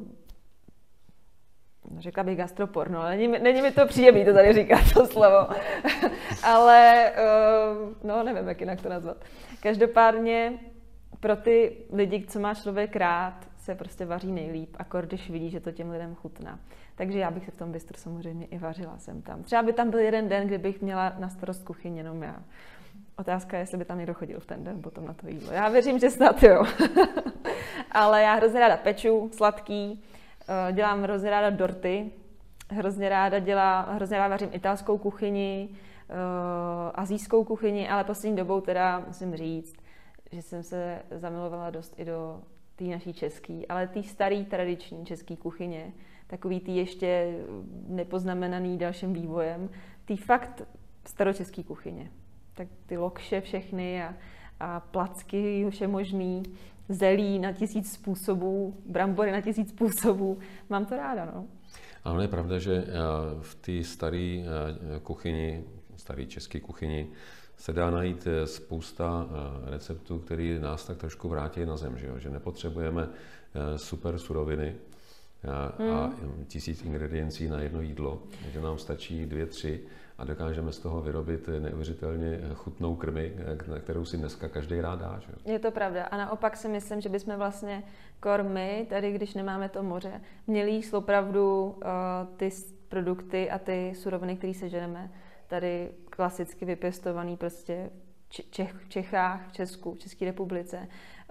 S2: řekla bych gastroporno, ale není, není mi to příjemný to tady říkat, to slovo. Ale, uh, no nevím, jak jinak to nazvat. Každopádně pro ty lidi, co má člověk rád, se prostě vaří nejlíp, akor když vidí, že to těm lidem chutná. Takže já bych se v tom bistru samozřejmě i vařila jsem tam. Třeba by tam byl jeden den, kdybych měla na starost kuchyň jenom já. Otázka je, jestli by tam někdo chodil v ten den potom na to jídlo. Já věřím, že snad jo. Ale já hrozně ráda peču, sladký, dělám hrozně ráda dorty, hrozně ráda dělám, hrozně ráda vařím italskou kuchyni, asijskou kuchyni, ale poslední dobou teda musím říct, že jsem se zamilovala dost i do té naší český, ale té staré tradiční české kuchyně, takový ty ještě nepoznamenaný dalším vývojem, ty fakt staročeský kuchyně. Tak ty lokše všechny a, a placky všemožný, zelí na tisíc způsobů, brambory na tisíc způsobů. Mám to ráda, no.
S1: Ale je pravda, že v té staré kuchyni, staré české kuchyni, se dá najít spousta receptů, které nás tak trošku vrátí na zem, že, jo? Že nepotřebujeme super suroviny a hmm. tisíc ingrediencí na jedno jídlo, že nám stačí dvě, tři a dokážeme z toho vyrobit neuvěřitelně chutnou krmi, kterou si dneska každý rád dá. Že?
S2: Je to pravda. A naopak si myslím, že bychom vlastně kormy, tady když nemáme to moře, měli jíst opravdu uh, ty produkty a ty suroviny, které seženeme tady klasicky vypěstovaný prostě Čech, v Čechách, v Česku, v České republice.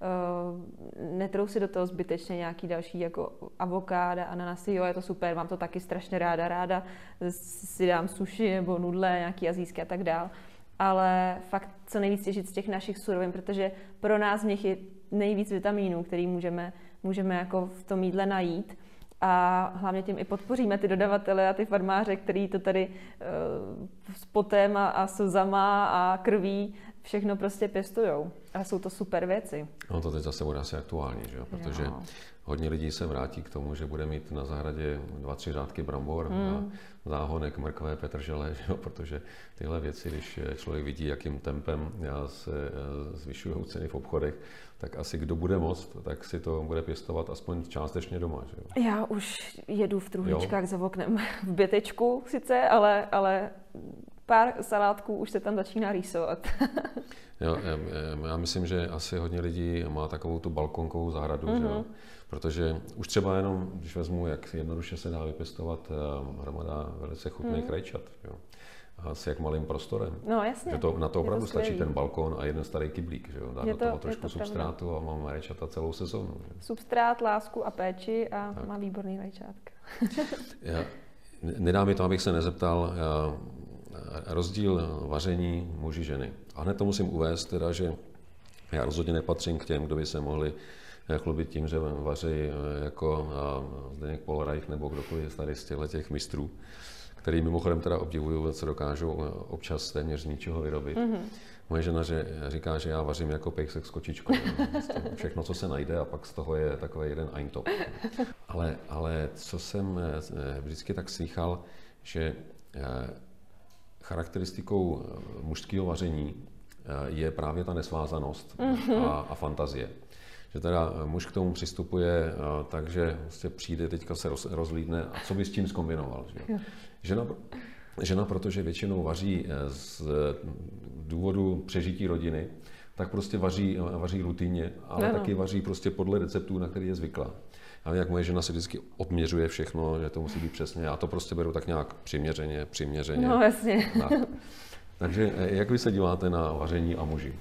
S2: Uh, netrou si do toho zbytečně nějaký další jako avokáda, ananasy, jo, je to super, mám to taky strašně ráda, ráda si dám sushi nebo nudle, nějaký asijské a tak dál. Ale fakt co nejvíc těžit z těch našich surovin, protože pro nás v nich je nejvíc vitamínů, který můžeme, můžeme jako v tom jídle najít. A hlavně tím i podpoříme ty dodavatele a ty farmáře, který to tady uh, s potem a, a slzama a krví všechno prostě pěstujou. A jsou to super věci.
S1: No to teď zase bude asi aktuální, že? Protože jo. hodně lidí se vrátí k tomu, že bude mít na zahradě dva, tři řádky brambor hmm. a záhonek mrkve, petržele, že? Protože tyhle věci, když člověk vidí, jakým tempem se zvyšují ceny v obchodech, tak asi kdo bude moct, tak si to bude pěstovat aspoň částečně doma. Že?
S2: Já už jedu v truhličkách za oknem v bětečku sice, ale, ale pár salátků už se tam začíná rýsovat.
S1: Jo, já myslím, že asi hodně lidí má takovou tu balkonkovou zahradu, mm-hmm. že jo? Protože už třeba jenom, když vezmu, jak jednoduše se dá vypěstovat hromada velice chutných mm. rajčat, jo? A s jak malým prostorem.
S2: No jasně.
S1: Že to, na to opravdu to stačí ten balkon a jeden starý kyblík, že jo? Dá
S2: je
S1: do
S2: to,
S1: toho trošku
S2: to
S1: substrátu pravda. A mám rajčata celou sezónu. Že?
S2: Substrát, lásku a péči a tak. Má výborný rajčátka.
S1: Já, nedá mi to, abych se nezeptal, já, rozdíl vaření muži ženy. A hned to musím uvést, teda, že já rozhodně nepatřím k těm, kdo by se mohli chlubit tím, že vaří jako Zdeněk Polreich nebo kdokoliv tady z těch mistrů, který mimochodem teda obdivuju, co dokážou občas téměř z ničeho vyrobit. Mm-hmm. Moje žena že, říká, že já vařím jako pejsek s kočičkou. Všechno, co se najde a pak z toho je takový jeden eintop. Ale, ale co jsem vždycky tak slýchal, že charakteristikou mužského vaření je právě ta nesvázanost mm-hmm. a, a fantazie. Že teda muž k tomu přistupuje tak, že vlastně přijde, teďka se roz, rozlídne a co by s tím zkombinoval. Že? Žena, žena, protože většinou vaří z důvodu přežití rodiny, tak prostě vaří, vaří rutině, ale no, no. taky vaří prostě podle receptů, na který je zvyklá. A jak moje žena si vždycky odměřuje všechno, že to musí být přesně, já to prostě beru tak nějak přiměřeně, přiměřeně.
S2: No jasně.
S1: Tak. Takže jak vy se díváte na vaření a muži?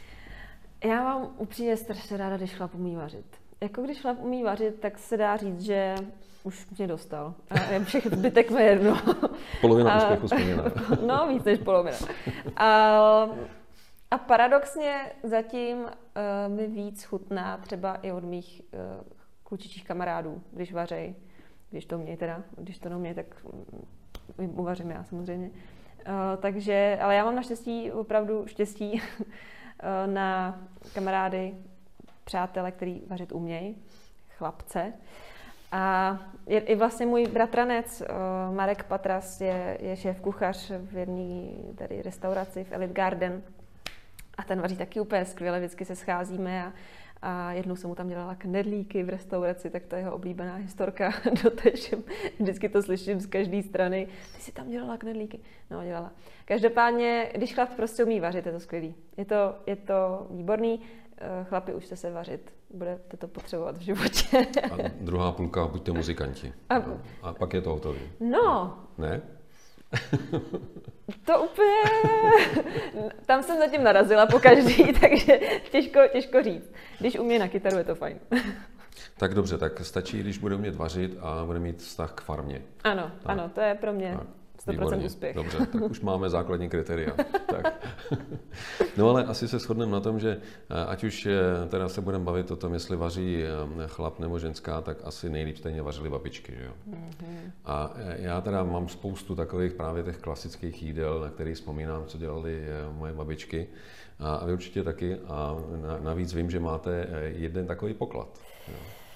S2: Já mám upřímně strašně ráda, když chlap umí vařit. Jako když chlap umí vařit, tak se dá říct, že už mě dostal. A všechny zbytek má jedno.
S1: Polovina úspěchu splněná.
S2: No, víc než polovina. A, a paradoxně zatím uh, mi víc chutná třeba i od mých uh, klučičích kamarádů, když vařej. Když to umějí teda, když to neumějí, tak uvařím já samozřejmě. Uh, takže, ale já mám naštěstí opravdu štěstí na kamarády, přátele, který vařit umějí, chlapce. A je, i vlastně můj bratranec Marek Patras je, je šéf kuchař v jedné tady restauraci v Elite Garden a ten vaří taky úplně skvěle, vždycky se scházíme a, a jednou jsem mu tam dělala knedlíky v restauraci, tak to je jeho oblíbená historka, doteď vždycky to slyším z každé strany. Ty jsi tam dělala knedlíky? No, dělala. Každopádně, když chlap prostě umí vařit, je to skvělý. Je to, je to výborný. Chlapi, učte se vařit. Budete to potřebovat v životě.
S1: A druhá půlka, buďte muzikanti. A, a pak je to hotový.
S2: No.
S1: Ne?
S2: To úplně... Tam jsem zatím narazila po každý, takže těžko, těžko říct. Když umí na kytaru, je to fajn.
S1: Tak dobře, tak stačí, když bude umět vařit a bude mít vztah k farmě.
S2: Ano, tak. ano, to je pro mě tak. sto procent úspěch.
S1: Dobře, tak už máme základní kritéria. Tak. No ale asi se shodneme na tom, že ať už teda se budeme bavit o tom, jestli vaří chlap nebo ženská, tak asi nejlíp stejně vařily babičky. Že jo? Mm-hmm. A já teda mám spoustu takových právě těch klasických jídel, na kterých vzpomínám, co dělali moje babičky. A vy určitě taky. A navíc vím, že máte jeden takový poklad. Jo?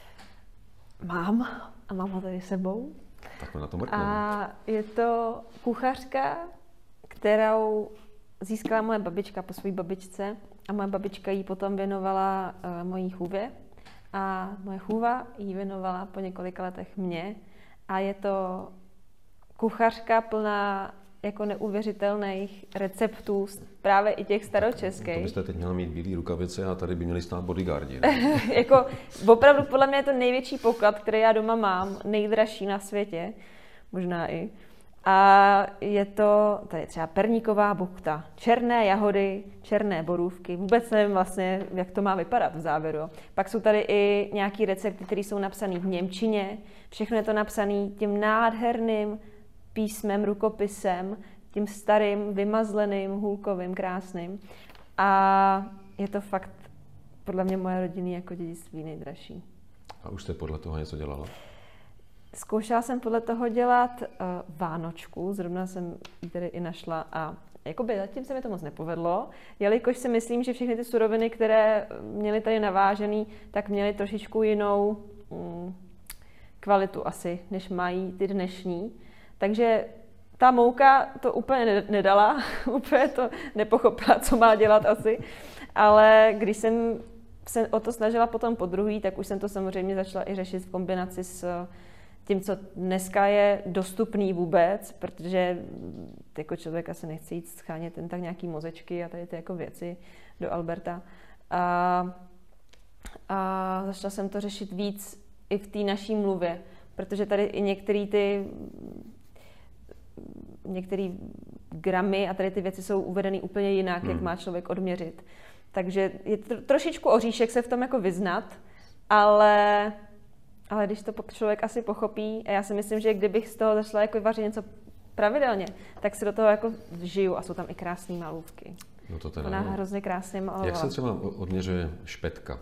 S2: Mám a mám ho tady sebou.
S1: Tak na to mrkneme.
S2: A je to kuchařka, kterou získala moje babička po své babičce a moje babička ji potom věnovala uh, mojí chůvě a moje chůva ji věnovala po několika letech mě a je to kuchařka plná jako neuvěřitelných receptů, právě i těch staročeských.
S1: To byste teď měla mít bílé rukavice a tady by měli stát bodyguardi.
S2: Jako opravdu podle mě je to největší poklad, který já doma mám, nejdražší na světě, možná i. A je to tady třeba perníková buchta, černé jahody, černé borůvky, vůbec nevím vlastně, jak to má vypadat v závěru. Pak jsou tady i nějaký recepty, které jsou napsané v němčině, všechno je to napsané tím nádherným písmem, rukopisem, tím starým, vymazleným, hůlkovým, krásným. A je to fakt podle mě moje rodiny jako dědictví nejdražší.
S1: A už jste podle toho něco dělala?
S2: Zkoušela jsem podle toho dělat uh, vánočku, zrovna jsem ji tady i našla a jakoby zatím se mi to moc nepovedlo, jelikož si myslím, že všechny ty suroviny, které měly tady navážený, tak měly trošičku jinou mm, kvalitu asi, než mají ty dnešní. Takže ta mouka to úplně nedala, úplně to nepochopila, co má dělat asi, ale když jsem se o to snažila potom po druhý, tak už jsem to samozřejmě začala i řešit v kombinaci s tím, co dneska je dostupný vůbec, protože jako člověk asi nechce jít schánět jen tak nějaký mozečky a tady ty jako věci do Alberta. A, a začala jsem to řešit víc i v té naší mluvě, protože tady i některé ty některé gramy a tady ty věci jsou uvedeny úplně jinak, hmm. jak má člověk odměřit. Takže je tro, trošičku oříšek se v tom jako vyznat, ale, ale když to člověk asi pochopí, a já si myslím, že kdybych z toho začala jako vařit něco pravidelně, tak se do toho jako žiju a jsou tam i krásné malůvky.
S1: No to teda
S2: Ona
S1: no.
S2: hrozně krásně malovala.
S1: Jak se třeba odměřuje špetka?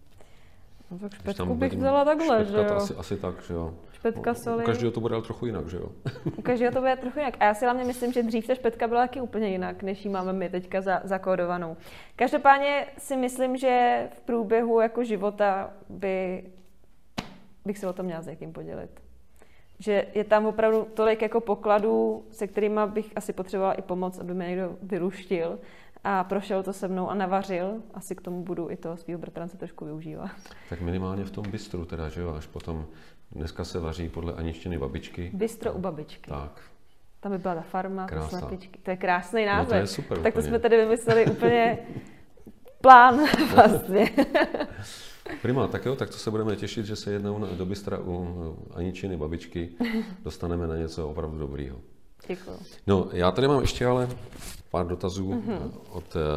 S2: No tak špetku bych vzala takhle, že jo?
S1: Asi, asi tak, že jo.
S2: Špetka soli.
S1: U každého to bude ale trochu jinak, že jo?
S2: U každého to bude trochu jinak. A já si hlavně myslím, že dřív ta špetka byla taky úplně jinak, než ji máme my teďka za, zakódovanou. Každopádně si myslím, že v průběhu jako života by, bych se o tom měla s někým podělit. Že je tam opravdu tolik jako pokladů, se kterými bych asi potřebovala i pomoc, aby mě někdo vyluštil a prošel to se mnou a navařil. Asi k tomu budu i toho svého bratrance trošku využívat.
S1: Tak minimálně v tom bistru teda, že jo, až potom dneska se vaří podle aničtiny babičky.
S2: Bistro u babičky.
S1: Tak.
S2: Tam by byla ta farma,
S1: Krása.
S2: ty slepičky. To je krásný název.
S1: No to je super.
S2: Tak to
S1: úplně.
S2: jsme tady vymysleli úplně plán vlastně.
S1: Prima, tak jo, tak to se budeme těšit, že se jednou do bistra u Aničiny babičky dostaneme na něco opravdu dobrýho.
S2: Děkuju.
S1: No, já tady mám ještě ale pár dotazů mm-hmm. od uh,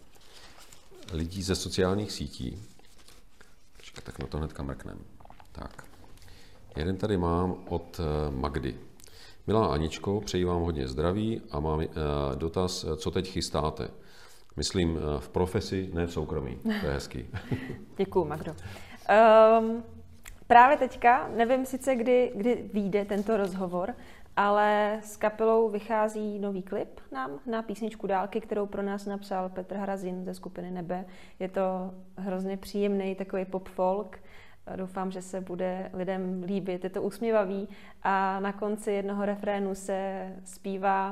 S1: lidí ze sociálních sítí. Počkej, tak na to hnedka mrknem. Tak. Jeden tady mám od uh, Magdy. Milá Aničko, přeji vám hodně zdraví a mám uh, dotaz, co teď chystáte. Myslím uh, v profesi, ne v soukromí. To je hezký.
S2: Děkuju, Magdo. Um, právě teďka, nevím sice, kdy, kdy vyjde tento rozhovor, ale s kapelou vychází nový klip nám na písničku Dálky, kterou pro nás napsal Petr Harazin ze skupiny Nebe. Je to hrozně příjemný takový pop folk. Doufám, že se bude lidem líbit. Je to usměvavý a na konci jednoho refrénu se zpívá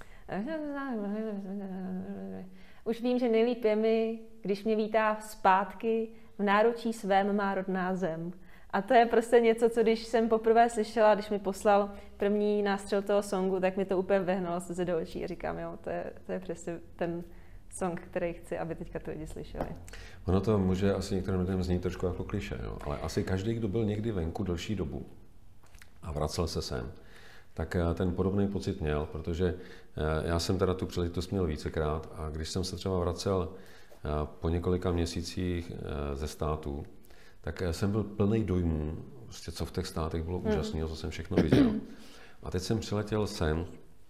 S2: už vím, že nejlíp je mi, když mě vítá zpátky, v náručí svém má rodná zem. A to je prostě něco, co když jsem poprvé slyšela, když mi poslal první nástřel toho songu, tak mi to úplně vehnalo se do očí a říkám, jo, to je, to je přesně ten song, který chci, aby teďka to lidi slyšeli.
S1: Ono to může asi některým lidem znít trošku jako klišé, jo? Ale asi každý, kdo byl někdy venku delší dobu a vracel se sem, tak ten podobný pocit měl, protože já jsem teda tu příležitost měl vícekrát a když jsem se třeba vracel po několika měsících ze států, tak jsem byl plný dojmů, prostě co v těch státech bylo úžasného, co jsem všechno viděl. A teď jsem přiletěl sem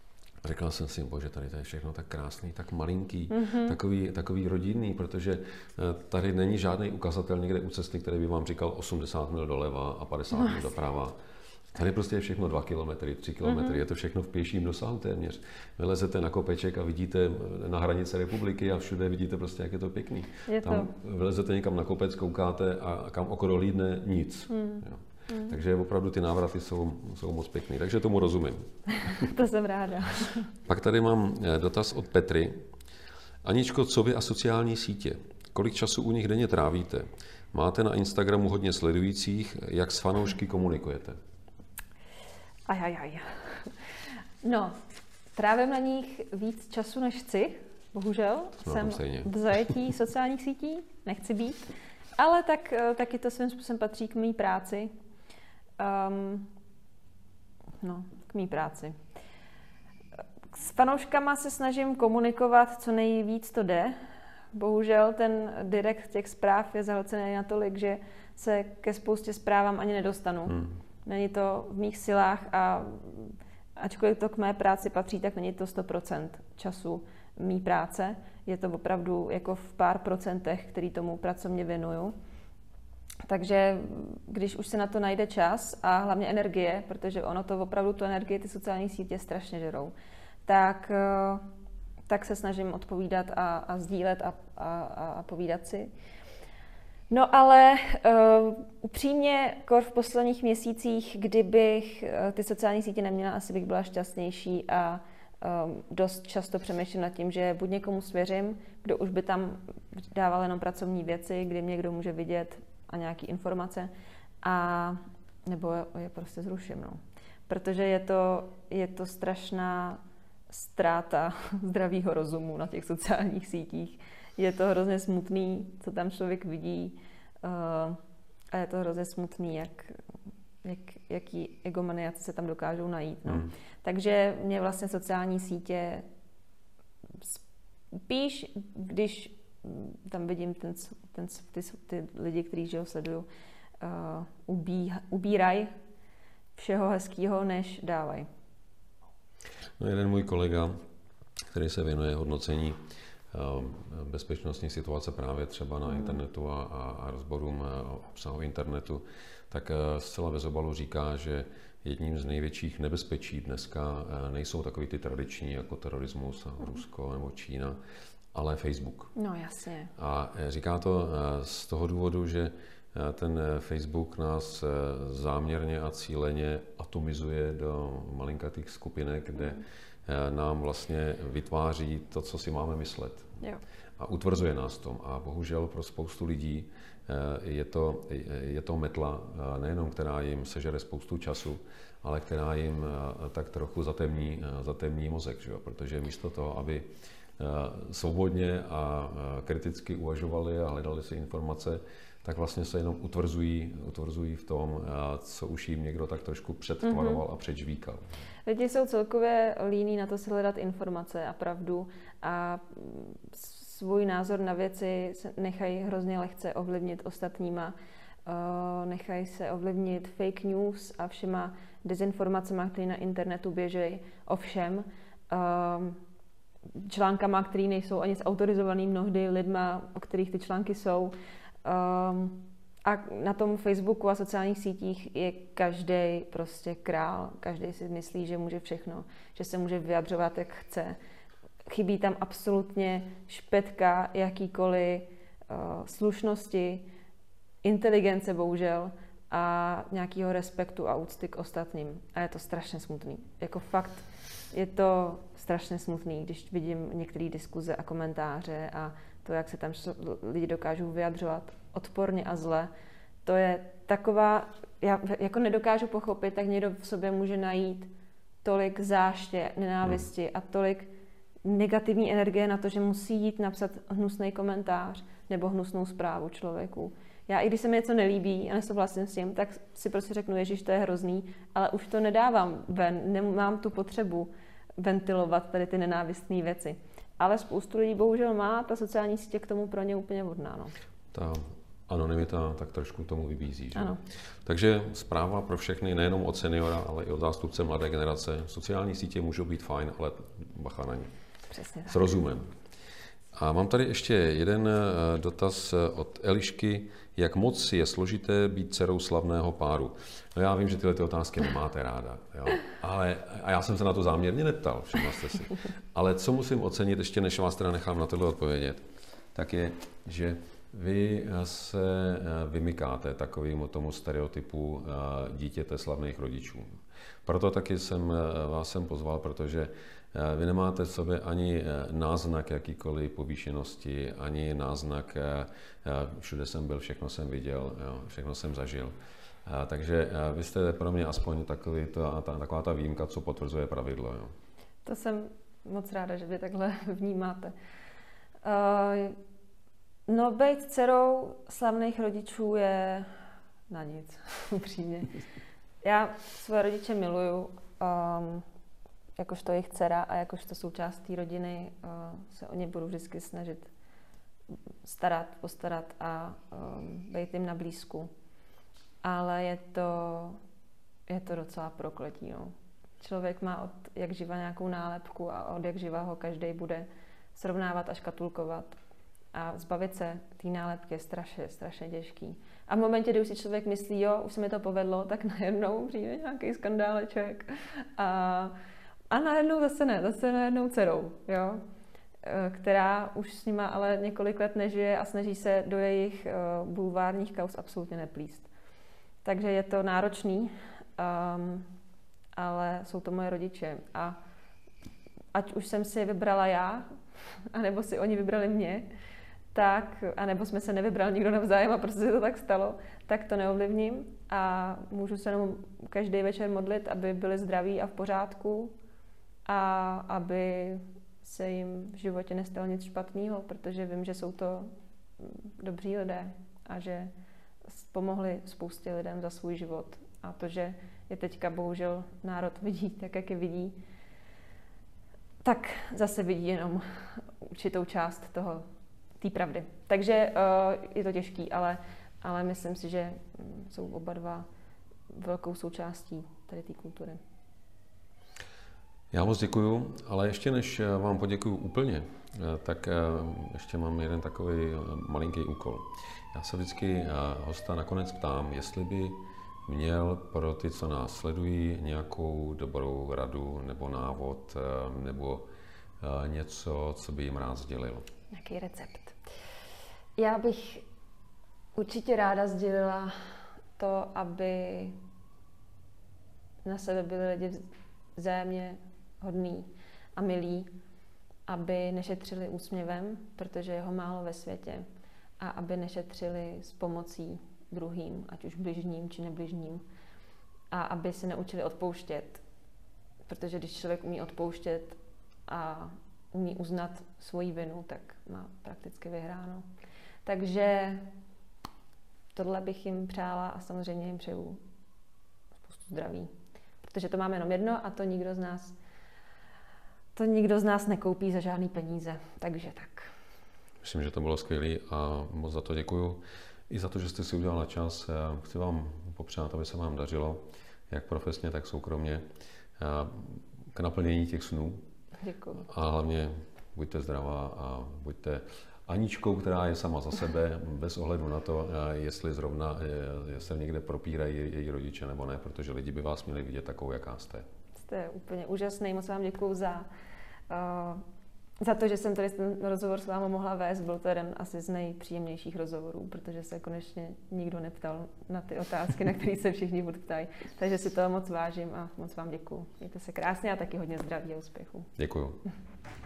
S1: Říkal jsem si, bože, tady to je všechno tak krásný, tak malinký, mm-hmm. takový, takový rodinný, protože tady není žádný ukazatel někde u cesty, který by vám říkal osmdesát mil doleva a padesát mil doprava. Tady prostě je všechno dva kilometry, tři kilometry, mm-hmm. je to všechno v pěším dosahu téměř. Vylezete na kopeček a vidíte na hranice republiky a všude vidíte prostě, jak je to pěkný.
S2: Je to.
S1: Tam vylezete někam na kopec, koukáte a kam oko dolídne, nic. Mm. Jo. Mm. Takže opravdu ty návraty jsou, jsou moc pěkný, takže tomu rozumím.
S2: To jsem ráda.
S1: Pak tady mám dotaz od Petry. Aničko, co vy a sociální sítě? Kolik času u nich denně trávíte? Máte na Instagramu hodně sledujících, jak s fanoušky komunikujete?
S2: Ajajaj. No, trávím na nich víc času, než chci, bohužel.
S1: No,
S2: jsem
S1: stejně.
S2: v zajetí sociálních sítí, nechci být, ale tak, taky to svým způsobem patří k mý práci. Um, no, k mý práci. S fanouškama se snažím komunikovat, co nejvíc to jde. Bohužel ten direkt těch zpráv je zahlcený natolik, že se ke spoustě zprávám ani nedostanu. Hmm. Není to v mých silách a ačkoliv to k mé práci patří, tak není to sto procent času mý práce. Je to opravdu jako v pár procentech, který tomu pracovně věnuju. Takže když už se na to najde čas a hlavně energie, protože ono to opravdu tu energii, ty sociální sítě strašně žerou, tak, tak se snažím odpovídat a, a sdílet a, a, a povídat si. No ale uh, upřímně, kor v posledních měsících, kdybych uh, ty sociální sítě neměla, asi bych byla šťastnější a um, dost často přemýšlím nad tím, že buď někomu svěřím, kdo už by tam dával jenom pracovní věci, kdy mě kdo může vidět a nějaké informace, a nebo je prostě zruším. No. Protože je to, je to strašná ztráta zdravého rozumu na těch sociálních sítích. Je to hrozně smutný, co tam člověk vidí, uh, a je to hrozně smutný, jak, jak, jaký egomaniaci se tam dokážou najít. No. Mm. Takže mě vlastně sociální sítě spíš, když tam vidím ten, ten, ty, ty lidi, kteří žijou, sleduju, uh, ubí, ubírají všeho hezkého, než dávají.
S1: No, jeden můj kolega, který se věnuje hodnocení bezpečnostní situace právě třeba na internetu a, a, a rozborům obsahu internetu, tak zcela bez obalu říká, že jedním z největších nebezpečí dneska nejsou takový ty tradiční jako terorismus, Rusko nebo Čína, ale Facebook.
S2: No jasně.
S1: A říká to z toho důvodu, že ten Facebook nás záměrně a cíleně atomizuje do malinkatých skupinek, kde nám vlastně vytváří to, co si máme myslet.
S2: Jo.
S1: A utvrzuje nás v tom. A bohužel pro spoustu lidí je to, je to metla, nejenom která jim sežere spoustu času, ale která jim tak trochu zatemní, zatemní mozek. Že jo? Protože místo toho, aby svobodně a kriticky uvažovali a hledali si informace, tak vlastně se jenom utvrzují, utvrzují v tom, co už jim někdo tak trošku předtvaroval mm-hmm. a předžvíkal.
S2: Lidi jsou celkově líní na to si hledat informace a pravdu a svůj názor na věci nechají hrozně lehce ovlivnit ostatníma. Nechají se ovlivnit fake news a všema dezinformacemi, které na internetu běžejí o všem. Článkama, které nejsou ani zautorizovaný mnohdy lidma, o kterých ty články jsou. Um, a na tom Facebooku a sociálních sítích je každý prostě král. Každý si myslí, že může všechno, že se může vyjadřovat, jak chce. Chybí tam absolutně špetka jakýkoliv uh, slušnosti, inteligence bohužel a nějakého respektu a úcty k ostatním. A je to strašně smutný. Jako fakt je to strašně smutný, když vidím některé diskuze a komentáře a to, jak se tam lidi dokážou vyjadřovat odporně a zle. To je taková, já jako nedokážu pochopit, tak někdo v sobě může najít tolik záště, nenávisti a tolik negativní energie na to, že musí jít napsat hnusný komentář nebo hnusnou zprávu člověku. Já i když se mi něco nelíbí a nesouhlasím s tím, tak si prostě řeknu, ježiš, to je hrozný, ale už to nedávám ven, nemám tu potřebu ventilovat tady ty nenávistné věci. Ale spoustu lidí bohužel má, ta sociální sítě k tomu pro ně úplně vhodná. No.
S1: Ta anonymita tak trošku tomu vybízí. Že?
S2: Ano.
S1: Takže zpráva pro všechny, nejenom od seniora, ale i od zástupce mladé generace. Sociální sítě můžou být fajn, ale bacha na ně.
S2: Přesně tak.
S1: S rozumem. A mám tady ještě jeden dotaz od Elišky. Jak moc je složité být dcerou slavného páru? No já vím, že tyhle ty otázky nemáte ráda, jo? Ale, a já jsem se na to záměrně neptal, všimla jste si. Ale co musím ocenit, ještě než vás teda nechám na tohle odpovědět, tak je, že vy se vymykáte takovému tomu stereotypu dítěte slavných rodičů. Proto taky jsem vás sem pozval, protože vy nemáte v sobě ani náznak jakýkoliv povýšenosti, ani náznak, všude jsem byl, všechno jsem viděl, jo, všechno jsem zažil. Takže vy jste pro mě aspoň takový to, ta, taková ta výjimka, co potvrzuje pravidlo. Jo.
S2: To jsem moc ráda, že vy takhle vnímáte. Uh, no, být dcerou slavných rodičů je na nic, upřímně. Já své rodiče miluju, um, jakožto jejich dcera a jakožto součást té rodiny uh, se o ně budu vždycky snažit starat, postarat a um, být jim na blízku. Ale je to, je to docela prokletí. No. Člověk má od jak živa nějakou nálepku a od jak živa ho každý bude srovnávat a škatulkovat. A zbavit se té nálepky je strašně, strašně těžký. A v momentě, kdy už si člověk myslí, jo, už se mi to povedlo, tak najednou přijde nějaký skandáleček. A, a najednou zase ne, zase najednou dcerou, jo, která už s nima ale několik let nežije a snaží se do jejich uh, bulvárních kauz absolutně neplíst. Takže je to náročný, um, ale jsou to moje rodiče. A ať už jsem si je vybrala já, anebo si oni vybrali mě, tak, anebo jsme se nevybrali nikdo navzájem a prostě se to tak stalo, tak to neovlivním a můžu se jenom každý večer modlit, aby byli zdraví a v pořádku a aby se jim v životě nestalo nic špatného, protože vím, že jsou to dobří lidé a že pomohli spoustě lidem za svůj život. A to, že je teďka bohužel národ vidí tak, jak je vidí, tak zase vidí jenom určitou část toho, té pravdy. Takže uh, je to těžký, ale, ale myslím si, že jsou oba dva velkou součástí tady té kultury.
S1: Já moc děkuju, ale ještě než vám poděkuju úplně, tak ještě mám jeden takový malinký úkol. Já se vždycky hosta nakonec ptám, jestli by měl pro ty, co nás sledují, nějakou dobrou radu nebo návod nebo něco, co by jim rád sdělil.
S2: Nějaký recept. Já bych určitě ráda sdělila to, aby na sebe byli lidi vzájemně hodný a milí, aby nešetřili úsměvem, protože je ho málo ve světě, a aby nešetřili s pomocí druhým, ať už bližním či nebližním, a aby se naučili odpouštět, protože když člověk umí odpouštět a umí uznat svoji vinu, tak má prakticky vyhráno. Takže tohle bych jim přála a samozřejmě jim přeju spoustu zdraví. Protože to máme jenom jedno a to nikdo z nás, to nikdo z nás nekoupí za žádný peníze. Takže tak.
S1: Myslím, že to bylo skvělé a moc za to děkuju. I za to, že jste si udělala čas. Chci vám popřát, aby se vám dařilo, jak profesně, tak soukromně, k naplnění těch snů.
S2: Děkuju.
S1: A hlavně buďte zdravá a buďte Aničkou, která je sama za sebe, bez ohledu na to, jestli zrovna se někde propírají její rodiče nebo ne, protože lidi by vás měli vidět takovou, jaká jste.
S2: Jste úplně úžasný, moc vám děkuju za, uh, za to, že jsem tady ten rozhovor s vámi mohla vést. Byl to jeden asi z nejpříjemnějších rozhovorů, protože se konečně nikdo neptal na ty otázky, na které se všichni budu ptají. Takže si toho moc vážím a moc vám děkuju. Mějte se krásně a taky hodně zdraví a úspěchů.
S1: Děkuju.